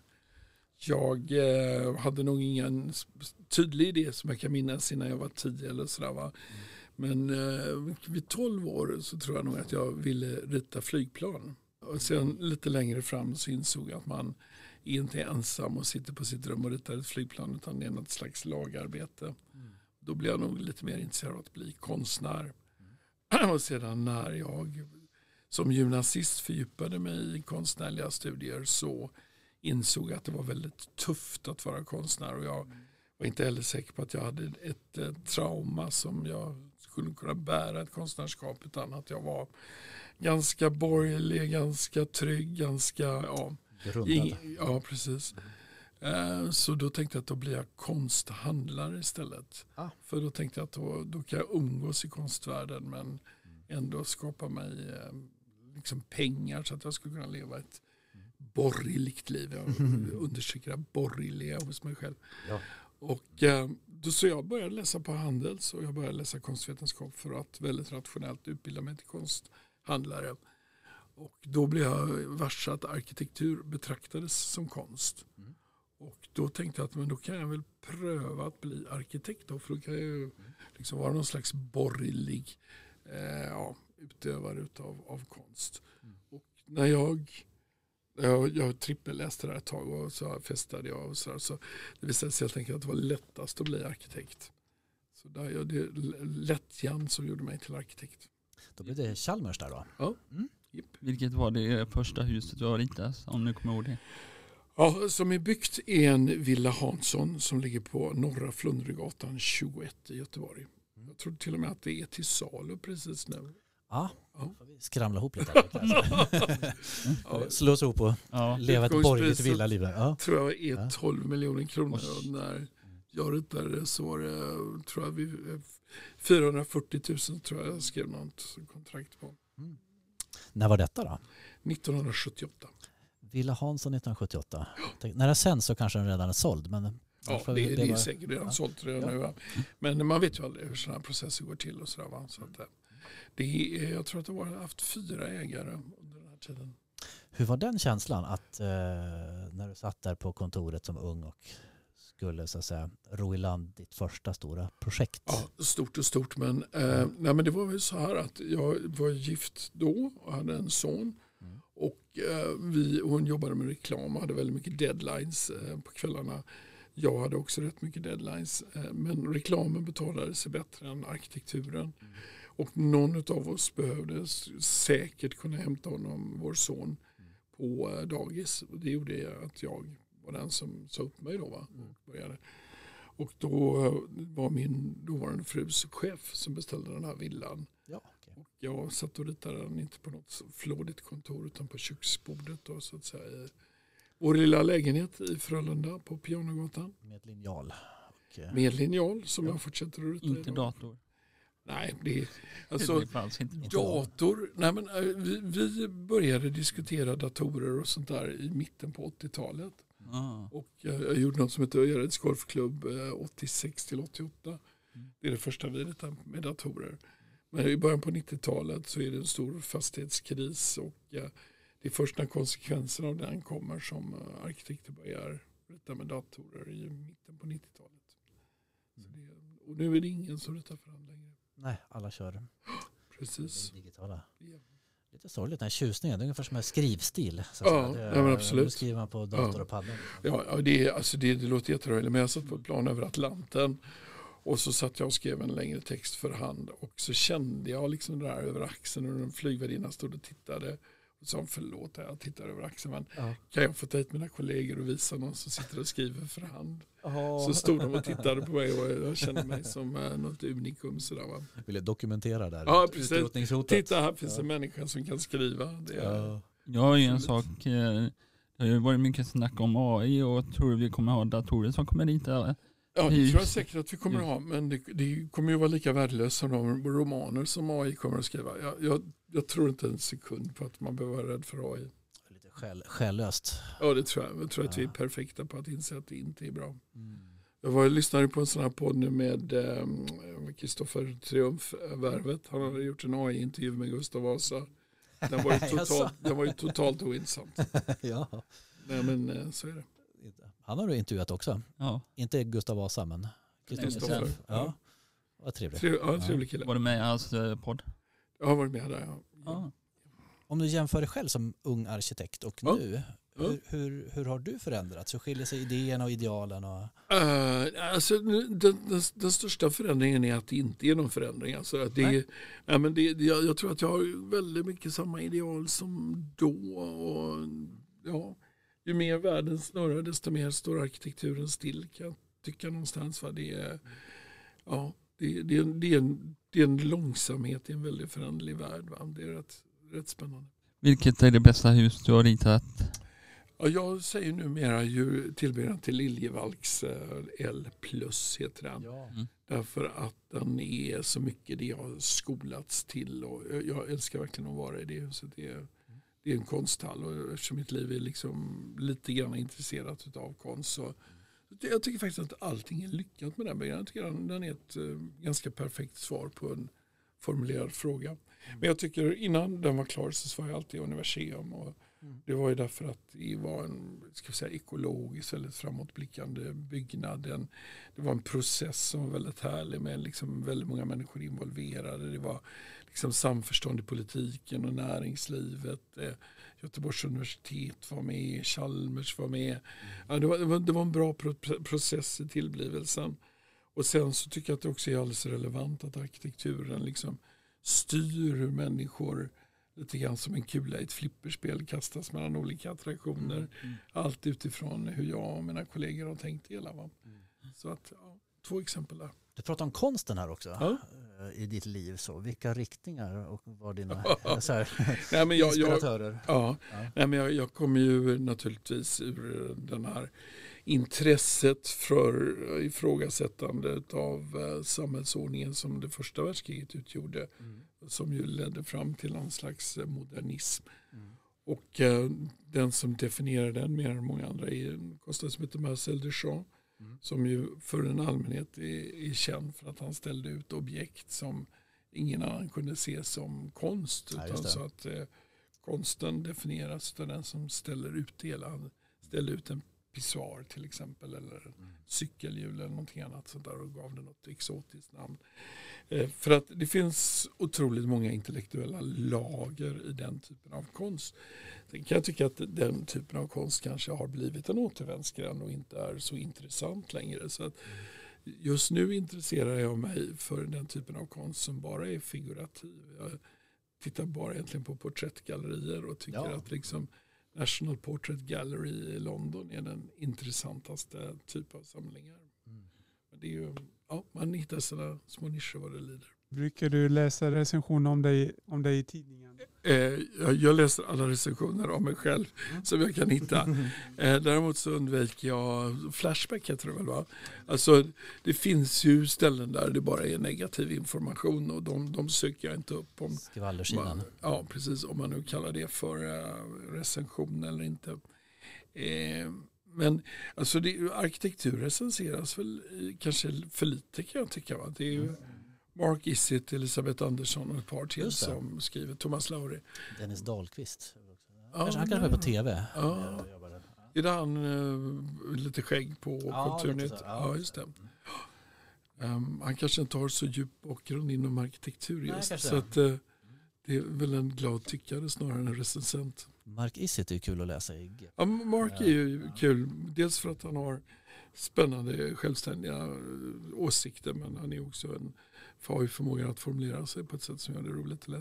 Jag eh, hade nog ingen tydlig idé som jag kan minnas innan jag var tio eller sådär va. Mm. Men eh, vid tolv år så tror jag nog att jag ville rita flygplan. Och sen lite längre fram så insåg jag att man inte är ensam och sitter på sitt rum och ritar ett flygplan utan det är något slags lagarbete. Mm. Då blev jag nog lite mer intresserad av att bli konstnär. Mm. Och sedan när jag som gymnasist fördjupade mig i konstnärliga studier så insåg jag att det var väldigt tufft att vara konstnär. Och jag var inte heller säker på att jag hade ett, ett trauma som jag skulle kunna bära ett konstnärskap utan att jag var ganska borgerlig, ganska trygg, ganska... Ja, ing, ja precis. Mm. Så då tänkte jag att då blir jag konsthandlare istället. Ah. För då tänkte jag att då, då kan jag umgås i konstvärlden men ändå skapa mig liksom pengar så att jag skulle kunna leva ett borgerligt liv. Jag understryker det borgerliga hos mig själv. Ja. Och då så jag började läsa på Handels och jag började läsa konstvetenskap för att väldigt rationellt utbilda mig till konsthandlare. Och då blev jag varse att arkitektur betraktades som konst. Mm. Och då tänkte jag att men då kan jag väl pröva att bli arkitekt då, för då kan jag ju mm. liksom vara någon slags borgerlig eh, ja, utövare utav, av konst. Mm. Och när jag jag, jag trippelläste det här ett tag och så festade jag och så, så det visade sig helt enkelt att det var lättast att bli arkitekt. Så där, ja, det är lättjan som gjorde mig till arkitekt. Då blev det Chalmers där då? Ja. Mm. Yep. Vilket var det första huset du har ritat, om du kommer ihåg det? Ja, som är byggt är en Villa Hansson som ligger på Norra Flundregatan tjugoett i Göteborg. Mm. Jag tror till och med att det är till salu precis nu. Ja, ja. Får vi skramla ihop lite. ja. Slå oss ihop och ja. leva ett borgerligt villaliv. Ja. Tror jag är tolv miljoner kronor. Och när jag ritade så var det, tror jag, vi, fyrahundrafyrtio tusen tror jag jag skrev något kontrakt på. Mm. När var detta då? nittonhundrasjuttioåtta. Villa Hansson nittonhundrasjuttioåtta. Tänk, när det sen så kanske den redan är såld. Men ja, det, det, det är säkert redan ja. sålt redan ja. nu. Men man vet ju aldrig hur sådana här processer går till och sådär. Va? Så att, det är, jag tror att det har haft fyra ägare under den här tiden. Hur var den känslan att eh, när du satt där på kontoret som ung och skulle så att säga ro i land ditt första stora projekt? Ja, stort och stort. Men, eh, nej, men det var väl så här att jag var gift då och hade en son. Mm. Och eh, vi, hon jobbade med reklam och hade väldigt mycket deadlines eh, på kvällarna. Jag hade också rätt mycket deadlines. Eh, men reklamen betalade sig bättre än arkitekturen. Mm. Och någon av oss behövde säkert kunna hämta honom, vår son, mm. på eh, dagis. Och det gjorde att jag var den som sa upp mig då. Va? Och, började. Och då eh, var min dåvarande frus chef som beställde den här villan. Ja, okay. Och jag satt och ritade den inte på något flådigt kontor utan på köksbordet. Då, så att säga, i vår lilla lägenhet i Frölunda på Pianogatan. Med linjal. Okay. Med linjal som ja. jag fortsätter att rita. Inte dator. Nej, det, alltså, det inte dator. Nej, men, vi, vi började diskutera datorer och sånt där i mitten på åttiotalet. Ah. Och jag, jag gjorde något som heter Öjareds golfklubb åttiosex till åttioåtta. Mm. Det är det första vi ritade med datorer. Men i början på nittiotalet så är det en stor fastighetskris och ja, det är först när konsekvenserna av den kommer som arkitekter börjar rita med datorer i mitten på nittiotalet. Så det, och nu är det ingen som ritar för hand längre. Nej, alla kör. Precis. Digitala. Ja. Lite sorgligt, den här tjusningen. Det är ungefär som en skrivstil. Så ja, det, ja, men absolut. Nu skriver man på dator ja. och padda. Ja, ja det, är, alltså det, det låter jätteröjligt. Men jag satt på ett plan över Atlanten. Och så satt jag och skrev en längre text för hand. Och så kände jag liksom det där över axeln. Och en flygvärdinna stod och tittade. Som förlåt, jag tittar över axeln. Men ja. Kan jag få ta hit mina kollegor och visa någon som sitter och skriver för hand? Oh. Så stod de och tittade på mig och jag kände mig som uh, något unikum. Sådär, va? Ville dokumentera där. Ja, precis. Titta, här finns ja. en människa som kan skriva. Det är, ja. Jag har ju en sak. Det har ju varit mycket snack om A I och tror vi kommer ha datorer som kommer dit. Eller? Ja, det tror jag säkert att vi kommer att ha. Men det, det kommer ju vara lika värdelöst som de romaner som A I kommer att skriva. Jag, jag, jag tror inte en sekund på att man behöver vara rädd för A I. Lite skäl, skällöst. Ja, det tror jag. Jag tror ja. att vi är perfekta på att inse att det inte är bra. Mm. Jag var lyssnade på en sån här podd nu med Kristoffer eh, Triumf, Värvet. Han hade gjort en A I-intervju med Gustav Vasa. Den var ju totalt, den var ju totalt ointressant. Ja. Nej, men så är det. Han har du intervjuat också. Ja. Inte Gustav Vasa, men Kristoffer. Ja. Vad trevligt. Trev, ja, trevlig kille. Var du med i hans podd? Jag har varit med där, ja. ja. Om du jämför dig själv som ung arkitekt och ja. nu, ja. Hur, hur, hur har du förändrats? Hur skiljer sig idéerna och idealen? Och... Uh, alltså, den, den, den största förändringen är att det inte är någon förändring. Alltså, att det är, ja, men det, jag, jag tror att jag har väldigt mycket samma ideal som då. Och, ja, ju mer världen snurrar desto mer står arkitekturen still, kan jag tycka någonstans. Va? Det, är, ja, det, det, är, det, är en, det är en långsamhet i en väldigt föränderlig värld. Va? Det är rätt, rätt spännande. Vilket är det bästa hus du har ritat? Ja, jag säger numera ju tillbörjan till Liljevalchs L plus heter den. Ja. Mm. Därför att den är så mycket det jag har skolats till. Och jag, jag älskar verkligen att vara i det huset. Det är, det är en konsthall och eftersom mitt liv är liksom lite grann intresserat av konst så jag tycker faktiskt att allting är lyckat med den byggnaden. Jag tycker den, den är ett uh, ganska perfekt svar på en formulerad fråga. Men jag tycker innan den var klar så var jag alltid Universium och mm. det var ju därför att det var en ska vi säga, ekologiskt väldigt framåtblickande byggnad. En, det var en process som var väldigt härlig med liksom väldigt många människor involverade. Det var liksom samförstånd i politiken och näringslivet. Eh, Göteborgs universitet var med, Chalmers var med. Mm. Ja, det, var, det, var, det var en bra pro- process i tillblivelsen. Och sen så tycker jag att det också är alldeles relevant att arkitekturen liksom styr hur människor lite grann som en kula i ett flipperspel kastas mellan olika attraktioner. Mm. Mm. Allt utifrån hur jag och mina kollegor har tänkt hela. Va? Mm. Så att, ja, två exempel där. Du pratar om konsten här också ja. i ditt liv. Så. Vilka riktningar och var dina så här, Nej, men jag, inspiratörer? Jag, ja, ja. Nej, men jag, jag kommer ju naturligtvis ur den här intresset för ifrågasättandet av eh, samhällsordningen som det första världskriget utgjorde. Mm. Som ju ledde fram till någon slags modernism. Mm. Och eh, den som definierar den mer än många andra är en konstnär som heter Marcel Duchamp. Mm. Som ju för en allmänhet är, är känd för att han ställde ut objekt som ingen annan kunde se som konst. Ja, utan så att eh, konsten definieras av den som ställer ut det hela. Han ställde ut en pissoar till exempel eller mm. cykelhjul eller någonting annat så där och gav det något exotiskt namn. Eh, för att det finns otroligt många intellektuella lager i den typen av konst. Sen kan jag tycka att den typen av konst kanske har blivit en återvändsgränd och inte är så intressant längre. Så att just nu intresserar jag mig för den typen av konst som bara är figurativ. Jag tittar bara egentligen på porträttgallerier och tycker ja. att liksom National Portrait Gallery i London är den intressantaste typen av samlingar. Mm. Men det är ju, ja, man hittar sina små nischer vad det lider. Brukar du läsa recensioner om dig, om dig i tidningen? Eh, jag, jag läser alla recensioner om mig själv mm. som jag kan hitta. Eh, däremot så undviker jag Flashback, jag tror väl va? Alltså det finns ju ställen där det bara är negativ information och de, de söker jag inte upp om. Skvallersidan. Ja, precis. Om man nu kallar det för uh, recension eller inte. Eh, men alltså det, arkitektur recenseras väl kanske för lite kan jag tycka. Va? Det är ju mm. Mark Isitt, Elisabeth Andersson och ett par till som skriver. Thomas Lauri. Dennis Dahlqvist. Ja, kanske, han kanske är på tv. Ja. Är det han uh, lite skägg på ja, Kulturnytt? Ja, ja, just det. Um, han kanske inte har så djup bakgrund inom arkitektur just. Nej, så att, uh, det är väl en glad tyckare snarare än en recensent. Mark Isitt är kul att läsa i G. Ja, Mark är ju ja. kul. Dels för att han har spännande självständiga åsikter men han är också en har ju förmågan att formulera sig på ett sätt som gör det roligt att läsa.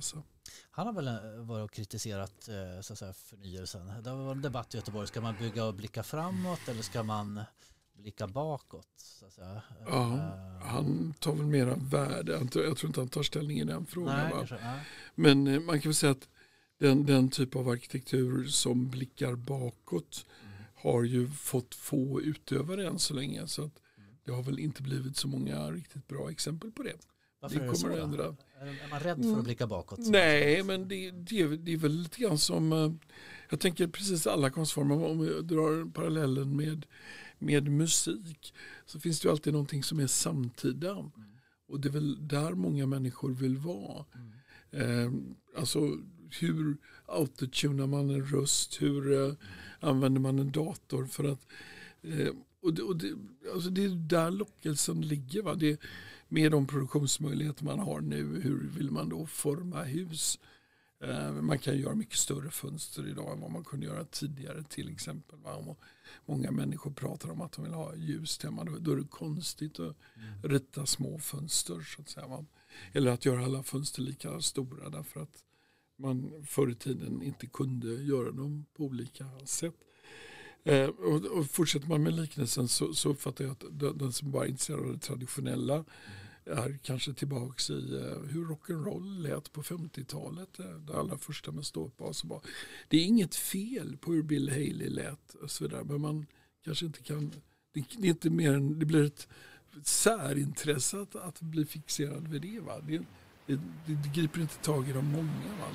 Han har väl varit och kritiserat så att säga, förnyelsen. Det var en debatt i Göteborg. Ska man bygga och blicka framåt eller ska man blicka bakåt? Så att säga? Ja, uh, han tar väl mera värde. Jag tror inte han tar ställning i den frågan. Nej, kanske, ja. Men man kan väl säga att den, den typ av arkitektur som blickar bakåt mm. har ju fått få utövare än så länge. Så att mm. det har väl inte blivit så många riktigt bra exempel på det. Varför det är det kommer så? Ändra. Är man rädd för att blicka bakåt? Nej, men det, det, det är väl lite grann som... Jag tänker precis alla konstformer. Om vi drar parallellen med, med musik så finns det ju alltid någonting som är samtida. Mm. Och det är väl där många människor vill vara. Mm. Eh, alltså hur autotunar man en röst? Hur eh, mm. använder man en dator för att... Eh, och det, och det, alltså det är där lockelsen ligger, va? Det, med de produktionsmöjligheter man har nu, hur vill man då forma hus? Eh, man kan göra mycket större fönster idag än vad man kunde göra tidigare till exempel. Va? Och många människor pratar om att de vill ha ljus hemma. Då, då är det konstigt att mm. rita små fönster så att säga. Va? Eller att göra alla fönster lika stora därför att man förr i tiden inte kunde göra dem på olika sätt. Eh, och, och fortsätter man med liknelsen så, så uppfattar jag att den, den som bara är intresserad av det traditionella mm. är kanske tillbaka i eh, hur rock'n'roll lät på femtiotalet. Eh, det allra första med ståpbas. Det är inget fel på hur Bill Haley lät och så vidare, men man kanske inte kan, det, det är inte mer än, det blir ett särintresse att, att bli fixerad vid det. Va? Det, det, det, det griper inte tag i de många. Va?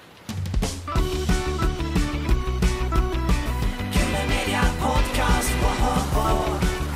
Podcast, woho.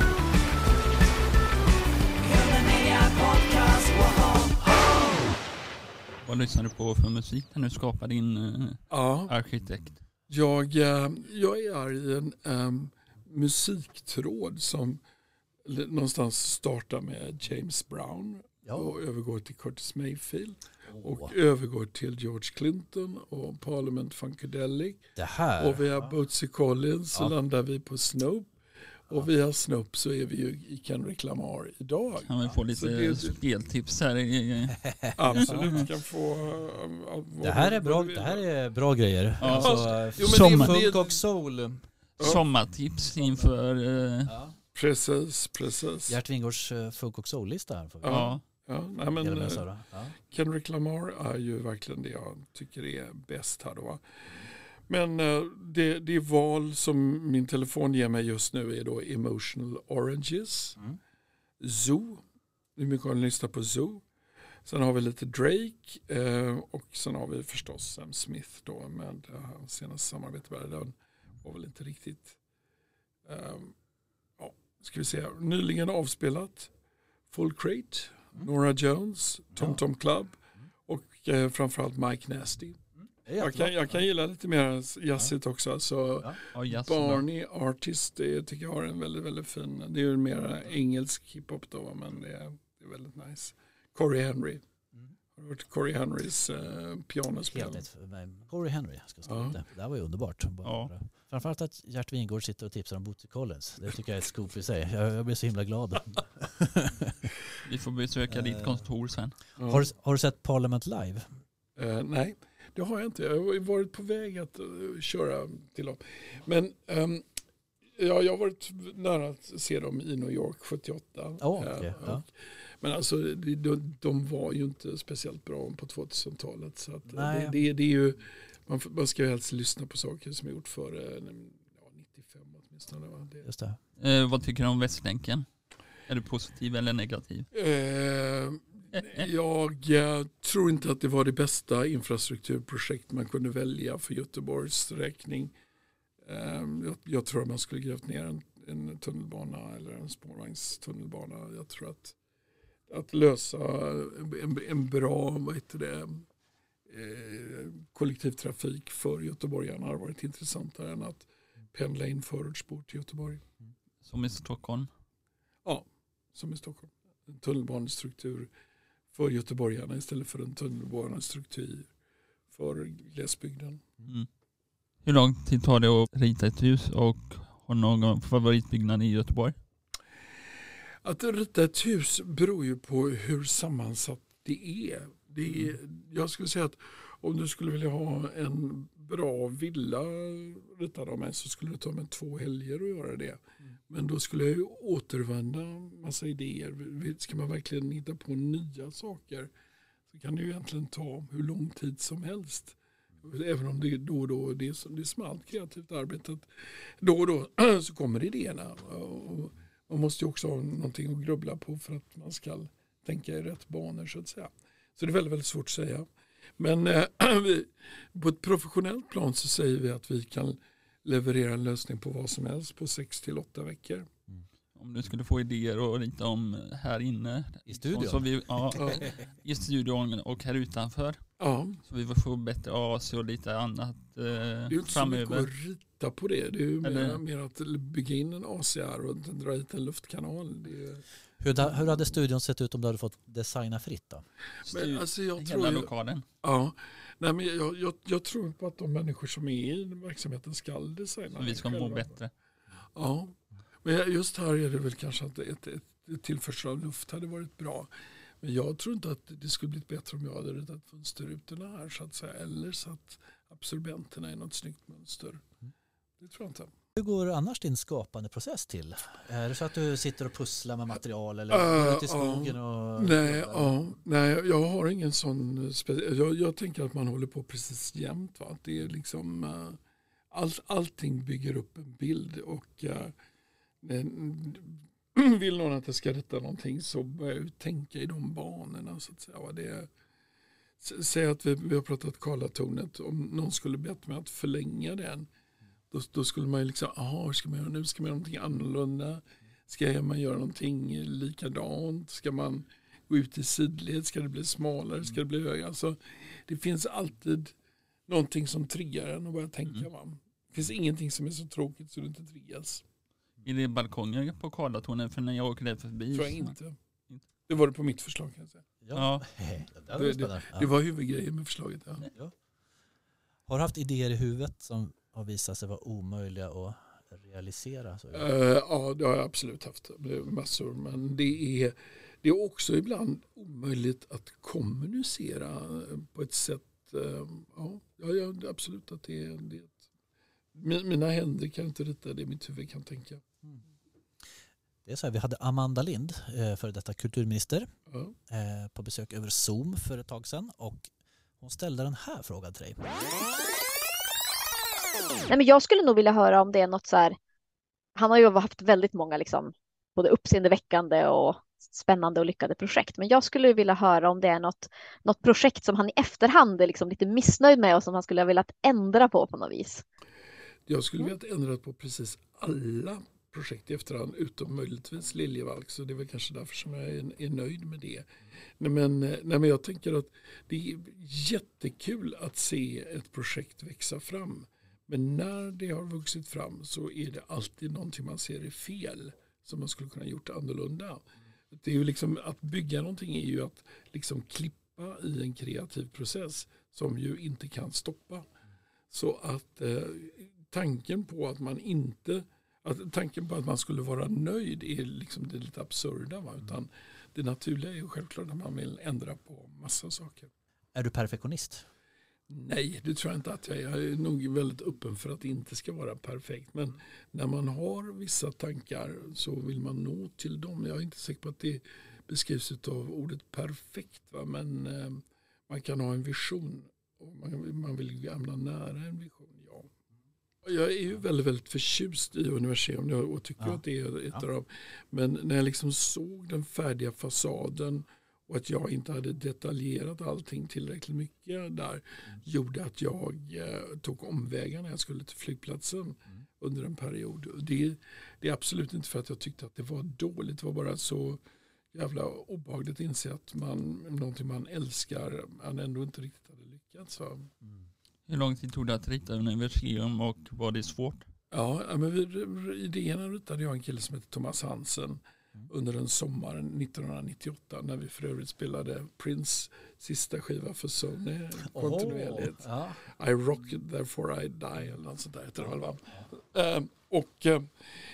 Podcast, woho. Vad lyssnar du på för musik när du skapar din uh, ja. arkitekt? Jag, uh, jag är i en um, musiktråd som någonstans startar med James Brown ja. och övergår till Curtis Mayfield. Och oh. övergår till George Clinton och Parliament Funkadelic. Det här. Och via ja. Bootsy Collins så ja. landar vi på Snoop. Och ja. via Snoop så är vi ju i Kendrick Lamar idag. Kan vi få lite det, speltips här? Absolut, kan få... Uh, det här är bra, det här är bra grejer. Ja. Alltså, jo, som funk och soul. Ja. Sommartips inför... Uh, ja. Precis, precis. Gert Wingårds uh, funk och soul-lista här. Ja. Ja, nej men, ja. Kendrick Lamar är ju verkligen det jag tycker är bäst här då. Men det, det val som min telefon ger mig just nu är då Emotional Oranges, mm. Zoo, nu mycket har lyssnat på Zoo. Sen har vi lite Drake och sen har vi förstås Sam Smith då med senaste samarbetet med den var väl inte riktigt, ja, ska vi se, nyligen avspelat Full Crate. Nora Jones, Tom ja. Tom Club och eh, framförallt Mike Nasty. Mm. Jag, kan, jag kan gilla lite mer jazzigt ja. också. Så ja. Ja, Barney Artist, det tycker jag har en väldigt, väldigt fin. Det är ju mer engelsk hiphop då, men det är, det är väldigt nice. Corey Henry. Mm. Har du hört Corey Henrys eh, pianospel? Corey Henry, ska jag ja. det. Det här var ju underbart. Ja. Framförallt att Gert Wingård sitter och tipsar om Bootsy Collins. Det tycker jag är ett scoop i sig. Jag, jag blir så himla glad. Vi får besöka ditt kontor sen. Ja. Har, har du sett Parliament live? Uh, nej, det har jag inte. Jag har varit på väg att uh, köra till dem. Men um, ja, jag har varit nära att se dem i New York sjuttioåtta. Oh, okay. uh, ja. Men alltså, de, de var ju inte speciellt bra på tvåtusentalet. Så att, det, det, det är ju... Man, man ska ju helst lyssna på saker som är gjort före ja, nittiofem åtminstone. Va? Det. Just det. Eh, vad tycker du om Västlänken? Är du positiv eller negativ? Eh, jag, jag tror inte att det var det bästa infrastrukturprojekt man kunde välja för Göteborgs räkning. Eh, jag, jag tror att man skulle grävt ner en, en tunnelbana eller en spårvagnstunnelbana. Jag tror att, att lösa en, en bra, vad heter det, kollektivtrafik för göteborgarna har varit intressantare än att pendla in förortsbor till Göteborg. Som i Stockholm? Ja, som i Stockholm. En tunnelbanestruktur för göteborgarna istället för en tunnelbanestruktur för glesbygden. Mm. Hur lång tid tar det att rita ett hus och har någon favoritbyggnad i Göteborg? Att rita ett hus beror ju på hur sammansatt det är. Det är, jag skulle säga att om du skulle vilja ha en bra villa ritad av mig så skulle det ta mig två helger att göra det. Mm. Men då skulle jag ju återvända massa idéer. Ska man verkligen hitta på nya saker så kan det ju egentligen ta hur lång tid som helst. Även om det är då och då, det är, det är smalt kreativt arbetet. Då och då så kommer idéerna. Och man måste ju också ha någonting att grubbla på för att man ska tänka i rätt banor så att säga. Så det är väldigt, väldigt svårt att säga. Men äh, vi, på ett professionellt plan så säger vi att vi kan leverera en lösning på vad som helst på sex till åtta veckor. Mm. Om du skulle få idéer och lite om här inne. I studion? Så, så vi, ja, ja. I studion och här utanför. Ja. Så vi får bättre A C och lite annat eh, det är ju inte framöver. så mycket att rita på det. Det är ju mer, mer att bygga in en A C R och dra hit en luftkanal. Det är... hur, hur hade studion sett ut om du hade fått designa fritt då? Men, alltså, jag Hela tror, lokalen? Ja. Nej, men jag, jag, jag tror på att de människor som är i verksamheten ska designa. Så vi ska må bättre. Ja. Men just här är det väl kanske att ett, ett, ett tillförsel av luft hade varit bra. Men jag tror inte att det skulle blivit bättre om jag hade ritat fönsterrutorna här så att säga. Eller satt absorbenterna i något snyggt mönster. Det tror jag inte. Hur går annars din skapande process till? Är det så att du sitter och pusslar med material eller uh, går ut i skogen? Och... Nej, ja, nej, jag har ingen sån speciell... Jag, jag tänker att man håller på precis jämt. Va? Det är liksom... Uh, all, allting bygger upp en bild och... Uh, vill någon att jag ska rita någonting så börjar jag tänka i de banorna så att säga. Det är, säg att vi, vi har pratat Karlatornet, om någon skulle bett mig att förlänga den då, då skulle man ju liksom, aha, ska man göra nu? Ska man göra någonting annorlunda? Ska man göra någonting likadant? Ska man gå ut i sidled? Ska det bli smalare? Ska det bli högre? Alltså, det finns alltid någonting som triggar en och börja tänka. Mm. Va? Det finns ingenting som är så tråkigt så det inte triggas. Är det balkonger på Karlatornet för när jag åker där förbi? Tror jag inte. Det var det på mitt förslag kan jag säga. Ja. Ja. Det, det, det var huvudgrejen med förslaget. Ja. Ja. Har du haft idéer i huvudet som har visat sig vara omöjliga att realisera? Så? Uh, ja, det har jag absolut haft. Massor. Men det är, det är också ibland omöjligt att kommunicera på ett sätt. Uh, ja, ja, absolut att det är det. Mina händer kan inte rita det mitt huvud kan tänka. Mm. Det är så här, vi hade Amanda Lind, före detta kulturminister, ja. på besök över Zoom för ett tag sedan och hon ställde den här frågan till dig. Nej, men jag skulle nog vilja höra om det är något så här, han har ju haft väldigt många liksom, både uppseendeväckande och spännande och lyckade projekt. Men jag skulle vilja höra om det är något, något projekt som han i efterhand är liksom lite missnöjd med och som han skulle ha velat ändra på på något vis. Jag skulle vilja ändra på precis alla projekt i efterhand utom möjligtvis Liljevalchs, så det är väl kanske därför som jag är, är nöjd med det. Nej, men, nej, men jag tänker att det är jättekul att se ett projekt växa fram. Men när det har vuxit fram så är det alltid någonting man ser är fel som man skulle kunna gjort annorlunda. Det är ju liksom, att bygga någonting är ju att liksom klippa i en kreativ process som ju inte kan stoppa. Så att eh, tanken på att man inte att tanken på att man skulle vara nöjd är liksom det lite absurda. Va? Utan det naturliga är ju självklart att man vill ändra på massa saker. Är du perfektionist? Nej, det tror jag inte att jag är. Jag är nog väldigt öppen för att det inte ska vara perfekt. Men när man har vissa tankar så vill man nå till dem. Jag är inte säker på att det beskrivs av ordet perfekt. Va? Men eh, man kan ha en vision. Och man, man vill hamna nära en vision, ja. Jag är ju väldigt, väldigt förtjust i universum och tycker ja. att det är ett ja. av. Men när jag liksom såg den färdiga fasaden och att jag inte hade detaljerat allting tillräckligt mycket där mm. gjorde att jag eh, tog omvägar när jag skulle till flygplatsen mm. under en period. Det, det är absolut inte för att jag tyckte att det var dåligt, det var bara så jävla obehagligt att inse att man, någonting man älskar man ändå inte riktigt hade lyckats. Mm. Hur lång tid tog det att rita universum och var det svårt? Ja, men idéerna ritade jag en kille som heter Thomas Hansen mm. under en sommar nittonhundranittioåtta när vi för övrigt spelade Prince sista skiva för Sony kontinuerligt. Oh, ja. I rock it therefore I die eller något sånt där heter det väl, va? Uh, och uh,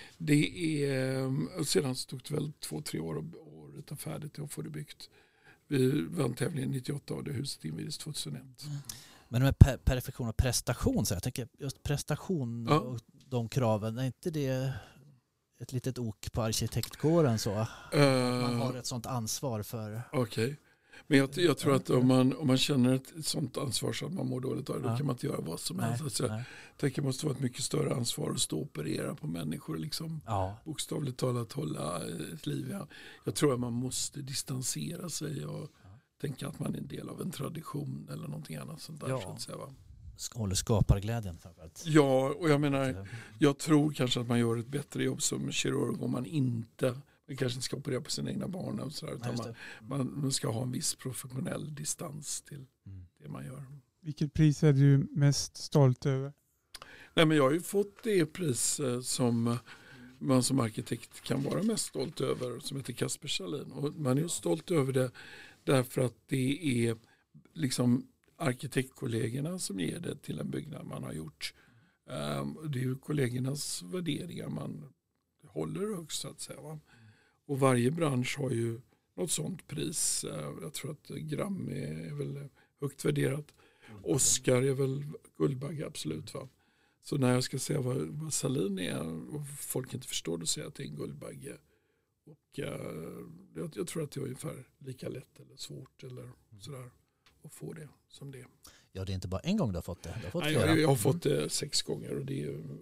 det är uh, sedan så tog det väl två, tre år att rita färdigt och få det byggt. Vi vann tävlingen nittioåtta och det huset invigdes tjugohundraett. Mm. Men med per- perfektion och prestation, så jag tänker just prestation ja. och de kraven, är inte det ett litet ok på arkitektkåren så? Uh, man har ett sånt ansvar för... Okej. Okay. Men jag, jag tror att om man, om man känner ett, ett sånt ansvar så att man mår dåligt av det, ja. Då kan man inte göra vad som helst. Alltså, jag tänker det måste vara ett mycket större ansvar att stå och operera på människor. Liksom, ja. Bokstavligt talat hålla ett liv. Ja. Jag tror att man måste distansera sig och ja. Tänka att man är en del av en tradition eller någonting annat sånt där. Ja. Så att säga, va? Håller skaparglädjen framförallt. Ja, och jag menar, jag tror kanske att man gör ett bättre jobb som kirurg om man inte... Vi kanske inte ska operera på sina egna barn och sådär, utan man, man, man ska ha en viss professionell distans till mm. det man gör. Vilket pris är du mest stolt över? Nej, men jag har ju fått det pris som man som arkitekt kan vara mest stolt över, som heter Kasper Salin. Och man är ju stolt över det därför att det är liksom arkitektkollegorna som ger det till en byggnad man har gjort. Um, det är ju kollegornas värderingar man håller högst, så att säga, va? Och varje bransch har ju något sånt pris. Jag tror att Grammy är väl högt värderat. Oscar är väl Guldbagge, absolut, va? Så när jag ska säga vad, vad Salin är och folk inte förstår, då säger jag att det är en Guldbagge. Och uh, jag, jag tror att det är ungefär lika lätt eller svårt eller sådär att få det som det. Ja, det är inte bara en gång du har fått det. Du har fått Nej, jag, jag har fått det sex gånger och det är ju,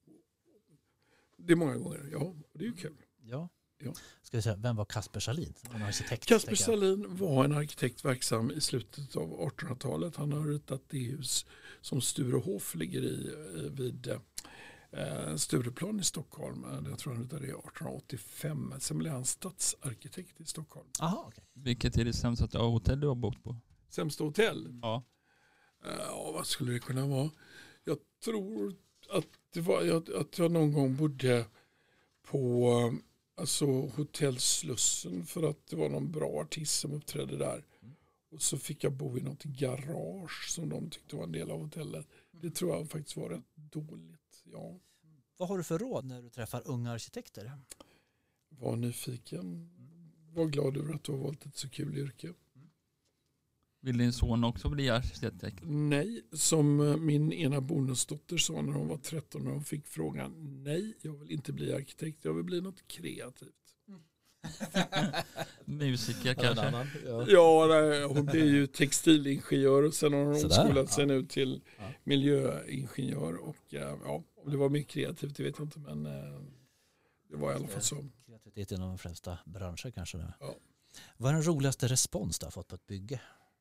det är många gånger, ja, och det är ju kul. Ja. Ja. Ska jag säga, vem var Kasper Salin? En arkitekt, Kasper Salin var en arkitekt verksam i slutet av artonhundratalet. Han har ritat det hus som Sturehof ligger i vid eh, Stureplan i Stockholm. Jag tror han ritade det arton åttiofem. Sen blev han stadsarkitekt i Stockholm. Aha, okay. Vilket är det sämsta hotell du har bott på? Sämsta hotell? Ja. Ja, vad skulle det kunna vara? Jag tror att, det var, att jag någon gång bodde på... Alltså Hotell Slussen, för att det var någon bra artist som uppträdde där. Mm. Och så fick jag bo i något garage som de tyckte var en del av hotellet. Det tror jag faktiskt var rätt dåligt, ja. Vad har du för råd när du träffar unga arkitekter? Var nyfiken. Var glad över att du har valt ett så kul yrke. Vill din son också bli arkitekt? Nej, som min ena bonusdotter sa när hon var tretton, när hon fick frågan: nej, jag vill inte bli arkitekt, jag vill bli något kreativt. Mm. Musiker kanske? Annan, ja, ja nej, hon blev ju textilingenjör och sen har hon skolat sig ja. nu till ja. miljöingenjör. Och ja, om det var mer kreativt, det vet jag inte, men det var i alla fall så. Kreativitet inom de flesta branscher kanske. Ja. Vad är den roligaste respons du har fått på ett bygge?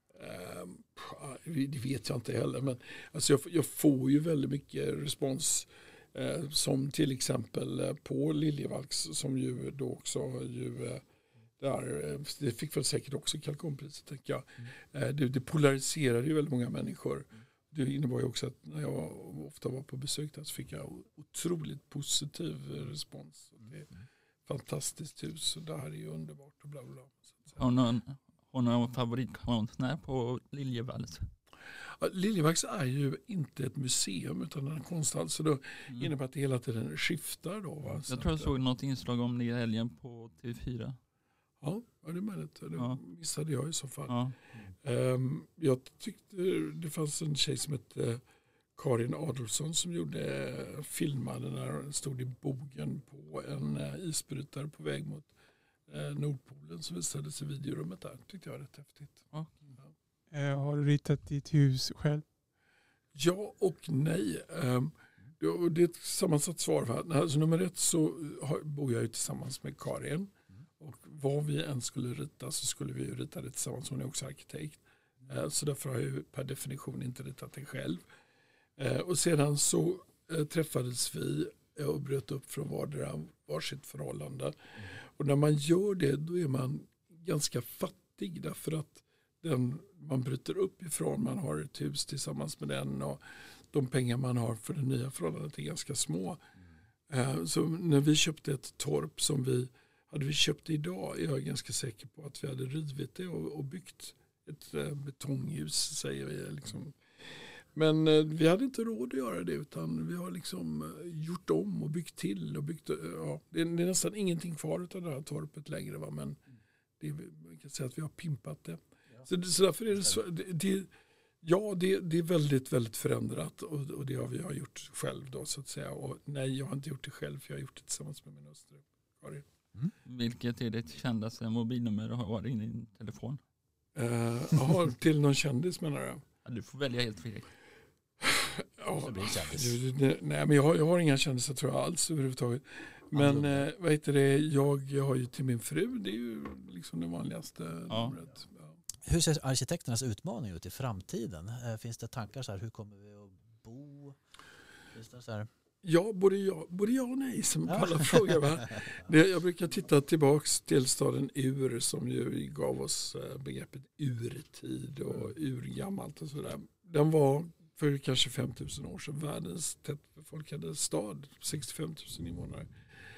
Det vet jag inte heller, men alltså jag, jag får ju väldigt mycket respons, eh, som till exempel på Liljevalchs, som ju då också ju, eh, där, det fick väl säkert också Kalkonpriset, tänker jag. Mm. Eh, det, det polariserade ju väldigt många människor. Det innebar ju också att när jag ofta var på besök där så fick jag otroligt positiv respons. Det är ett fantastiskt hus och det här är ju underbart och bla bla bla. Har någon Har någon favoritkonstnär på Liljevalchs? Liljevalchs är ju inte ett museum utan en konsthall, så då mm. innebär att det hela tiden skiftar då, va? Jag tror jag såg något inslag om det i helgen på T V fyra. Ja, det är möjligt. Det ja. missade jag i så fall. Ja. Um, jag tyckte det fanns en tjej som hette Karin Adolfsson som gjorde filmade när hon stod i bogen på en isbrytare på väg mot Nordpolen, som visades i videorummet där. Tyckte jag var rätt häftigt. Ja. Ja. Uh, har du ritat ditt hus själv? Ja och nej. Um, det, det är ett sammansatt svar. Alltså, nummer ett så har, bor jag ju tillsammans med Karin. Och vad vi än skulle rita så skulle vi ju rita det tillsammans. Hon är också arkitekt. Uh, så därför har jag ju per definition inte ritat det själv. Uh, och sedan så uh, träffades vi och bröt upp från vardera varsitt förhållande. Mm. Och när man gör det då är man ganska fattig, därför att den man bryter upp ifrån, man har ett hus tillsammans med den och de pengar man har för det nya förhållandet är ganska små. Mm. Så när vi köpte ett torp som vi hade vi köpt idag, är jag ganska säker på att vi hade rivit det och, och byggt ett betonghus, säger vi liksom. Men eh, vi hade inte råd att göra det, utan vi har liksom eh, gjort om och byggt till och byggt, eh, ja, det, är, det är nästan ingenting kvar av det här torpet längre, va? Men det, man kan säga att vi har pimpat det. Ja. Så, så därför är det så, det, det, Ja, det, det är väldigt, väldigt förändrat och, och det har vi har gjort själv då så att säga. Och nej, jag har inte gjort det själv för jag har gjort det tillsammans med min hustru. Karin. Mm. Vilket är ditt kändaste mobilnummer du har i din telefon? Uh, aha, till någon kändis menar du? Ja, du får välja helt fritt. Ja, nej, men jag har, jag har inga kändisar tror jag alls överhuvudtaget. Men eh, vad heter det, jag, jag har ju till min fru, det är ju liksom det vanligaste ja. numret. Ja. Hur ser arkitekternas utmaning ut i framtiden? Finns det tankar så här, hur kommer vi att bo? Finns det så här? Ja, både ja, både ja och nej som ja. alla frågar. Va? Det, jag brukar titta tillbaks till staden Ur som ju gav oss begreppet urtid och urgammalt och sådär. Den var för kanske fem tusen år sedan världens tättbefolkade stad, sextiofem tusen invånare.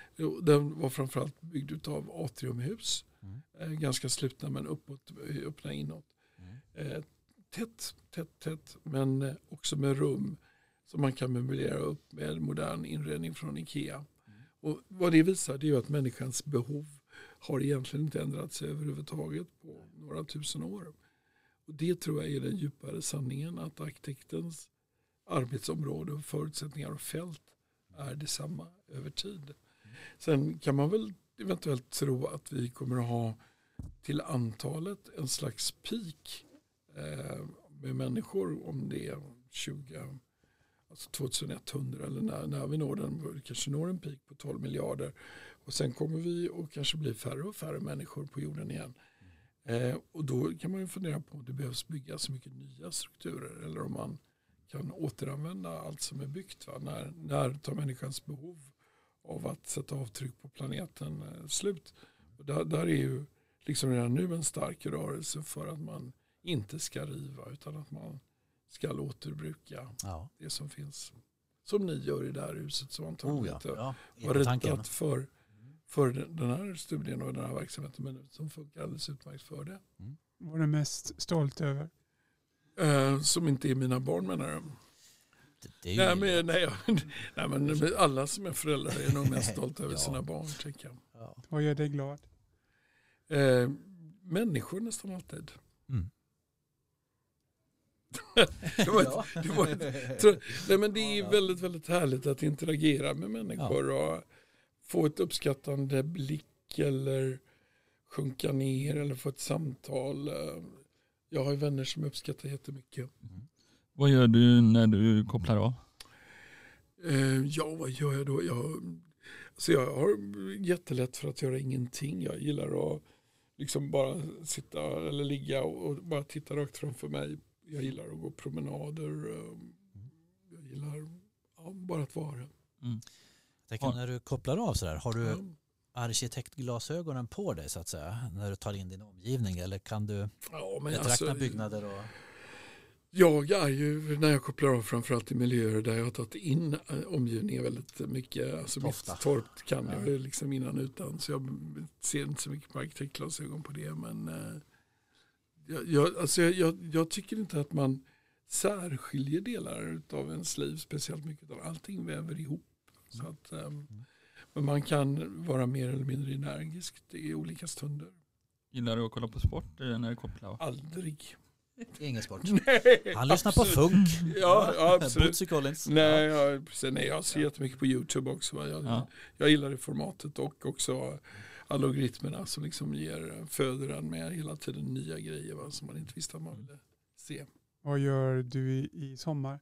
Den var framförallt byggd av atriumhus. Mm. Ganska slutna men uppåt, öppna inåt. Mm. Tätt, tätt, tätt men också med rum som man kan möblera upp med modern inredning från Ikea. Mm. Och vad det visar det är ju att människans behov har egentligen inte ändrats överhuvudtaget på några tusen år. Och det tror jag är den djupare sanningen att arkitektens arbetsområde och förutsättningar och fält är detsamma över tid. Sen kan man väl eventuellt tro att vi kommer att ha till antalet en slags peak eh, med människor om det är tjugo, alltså tjugohundra eller när, när vi når den, kanske når en peak på tolv miljarder och sen kommer vi och kanske bli färre och färre människor på jorden igen. Eh, och då kan man ju fundera på om det behövs bygga så mycket nya strukturer eller om man kan återanvända allt som är byggt. Va? När, när tar människans behov av att sätta avtryck på planeten eh, slut? Och där, där är ju liksom redan nu en stark rörelse för att man inte ska riva utan att man ska återbruka ja. det som finns. Som ni gör i det här huset som antagligen oh, ja. ja. var rättat för för den här studien och den här verksamheten men som funkar alldeles utmärkt för det. Mm. Vad är du mest stolt över? Uh, som inte är mina barn menar jag. Det, det nej, men, nej, nej men alla som är föräldrar är nog mest stolta över ja. sina barn tänker jag. Ja. Vad gör dig glad? Uh, människor nästan alltid. Mm. det var ett, det var ett, tro, nej, men det är väldigt, väldigt härligt att interagera med människor ja. och få ett uppskattande blick eller sjunka ner eller få ett samtal. Jag har ju vänner som uppskattar jättemycket. Mm. Vad gör du när du kopplar av? Uh, ja, vad gör jag då? Jag, alltså jag har jättelätt för att göra ingenting. Jag gillar att liksom bara sitta eller ligga och, och bara titta rakt framför mig. Jag gillar att gå promenader. Jag gillar ja, bara att vara. Mm. Jag tänker, när du kopplar av så där, har du ja. arkitektglasögonen på dig så att säga när du tar in din omgivning eller kan du ja, betrakta alltså, byggnader? Och... Jag är ju, när jag kopplar av framförallt i miljöer där jag har tagit in omgivningen väldigt mycket. Alltså mitt torp kan ja. jag liksom innan utan så jag ser inte så mycket på arkitektglasögon på det men äh, jag, jag, alltså jag, jag tycker inte att man särskiljer delar av ens liv speciellt mycket av allting väver ihop. Så att, um, mm. Men man kan vara mer eller mindre energisk i olika stunder. Gillar du att kolla på sport när du kopplar av? Aldrig. Ingen sport. Nej, Han lyssnar absolut. på funk. Ja, ja absolut. Bootsy Collins. Nej, ja, precis, nej, jag ser jättemycket på YouTube också. Jag, ja. jag gillar det formatet och också algoritmerna som liksom ger föder en med hela tiden nya grejer va, som man inte visste att man ville se. Vad gör du i, i sommar?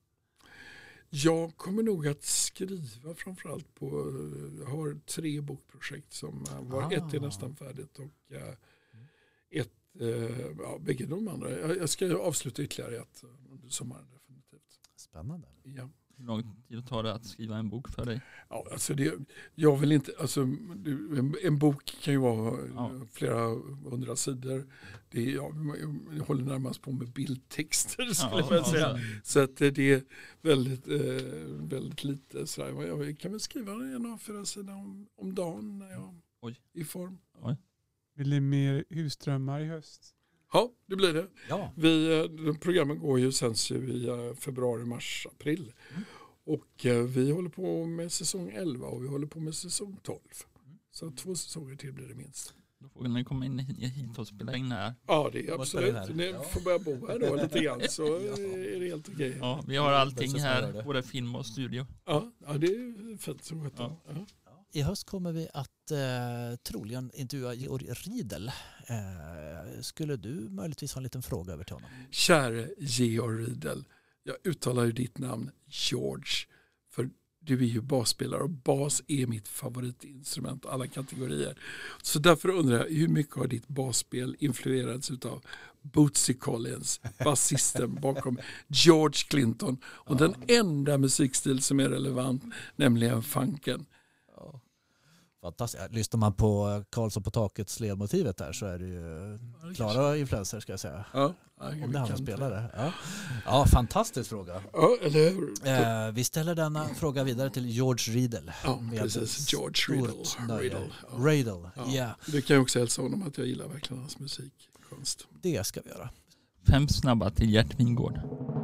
Jag kommer nog att skriva framförallt på, jag har tre bokprojekt som var ah. ett är nästan färdigt och uh, ett, uh, ja bägge de andra. Jag, jag ska avsluta ytterligare ett under sommaren definitivt. Spännande. Ja. Hur lång tid tar det att skriva en bok för dig? Ja, alltså det, jag vill inte, alltså en, en bok kan ju vara ja. flera hundra sidor. Det är, ja, jag håller närmast på med bildtexter skulle ja, jag säga. Ja. Så att det är väldigt, eh, väldigt lite. Så jag kan väl skriva en av fyra sidor om, om dagen när jag Oj. är i form. Oj. Blir det mer husdrömmar i höst? Ja, det blir det. Ja. Vi, programmen går ju sen i februari, mars, april. Mm. Och eh, vi håller på med säsong elva och vi håller på med säsong tolv. Mm. Så två säsonger till blir det minst. Då får ni komma in hit och spela in här. Ja, det är absolut. Ni får börja bo här då lite grann så är det helt okej. Ja, vi har allting här, både film och studio. Ja, ja det är fett som gott. Ja. Ja. I höst kommer vi att eh, troligen intervjua Georg Riedel. Eh, skulle du möjligtvis ha en liten fråga över till honom? Käre Georg Riedel, jag uttalar ju ditt namn George, för du är ju basspelare och bas är mitt favoritinstrument alla kategorier. Så därför undrar jag, hur mycket har ditt basspel influerats av Bootsy Collins, basisten bakom George Clinton och ja. den enda musikstil som är relevant, nämligen funken. Ja. Fantastiskt. Lyssnar man på Karlsson på takets ledmotivet där så är det ju klara influenser ska jag säga. Ja, om det han spelare. Ja. ja, fantastisk fråga. Ja, eller hur? Eh, vi ställer denna fråga vidare till George Riedel. Ja, precis. George Riedel. Riedel. Ja. Riedel, ja. Yeah. Du kan ju också hälsa honom att jag gillar verkligen hans musikkonst. Det ska vi göra. Fem snabba till Gert Wingårdh.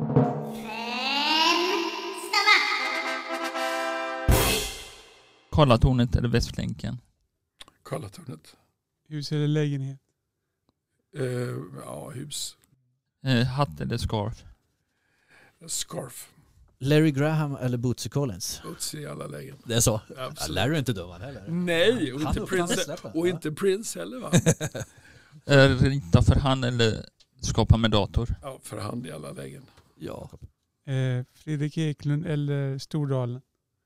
Karlatornet eller Västlänken? Karlatornet. Hus eller lägenhet? Uh, ja, hus. Uh, hatt eller scarf? Scarf. Larry Graham eller Bootsy Collins? Bootsy i alla lägen. Det är så? Ja, Larry är inte dum heller. Nej, och, inte Prince, och inte Prince heller va? uh, rita för hand eller skapa med dator? Ja, för hand i alla lägen. Ja. Uh, Fredrik Eklund eller Stordalen?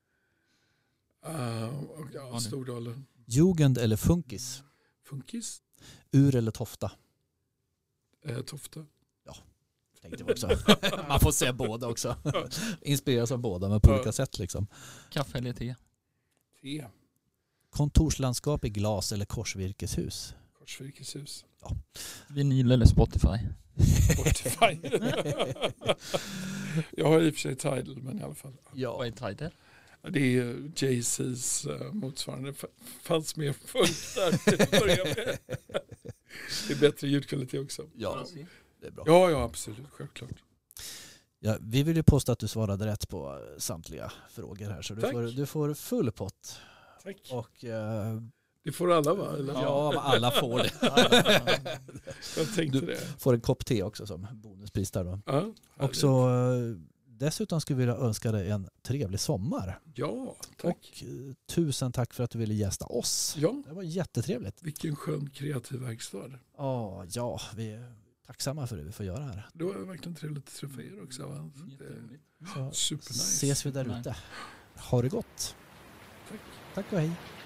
Uh, ja, Stordalen. Jugend eller funkis? Funkis. Ur eller tofta? Eh, tofta. Ja, tänkte jag också. Man får se båda också. Inspireras av båda, men på olika sätt liksom. Kaffe eller te? Te. Kontorslandskap i glas eller korsvirkeshus? Korsvirkeshus. Ja. Vinyl eller Spotify? Spotify. Jag har i och för sig Tidal, men i alla fall. Ja. Vad är Tidal? Det är Jay-Z's uh, motsvarande. Det fanns mer funk där. Det är bättre ljudkvalitet också. Ja, det är bra. Ja, ja, absolut. Självklart. Ja, vi vill ju påstå att du svarade rätt på samtliga frågor här. Så du, får, du får full pott. Tack. Och, uh, det får alla va? Eller? Ja, alla får det. Jag tänkte du det. Får en kopp te också som bonuspris där då. Ja, och så... Uh, Dessutom skulle vi vilja önska dig en trevlig sommar. Ja, tack. Och uh, tusen tack för att du ville gästa oss. Ja. Det var jättetrevligt. Vilken skön kreativ verkstad. Oh, ja, vi är tacksamma för det vi får göra här. Det var verkligen trevligt att träffa er också. Va? Så supernice. Ses vi där ute. Ha det gott. Tack. Tack och hej.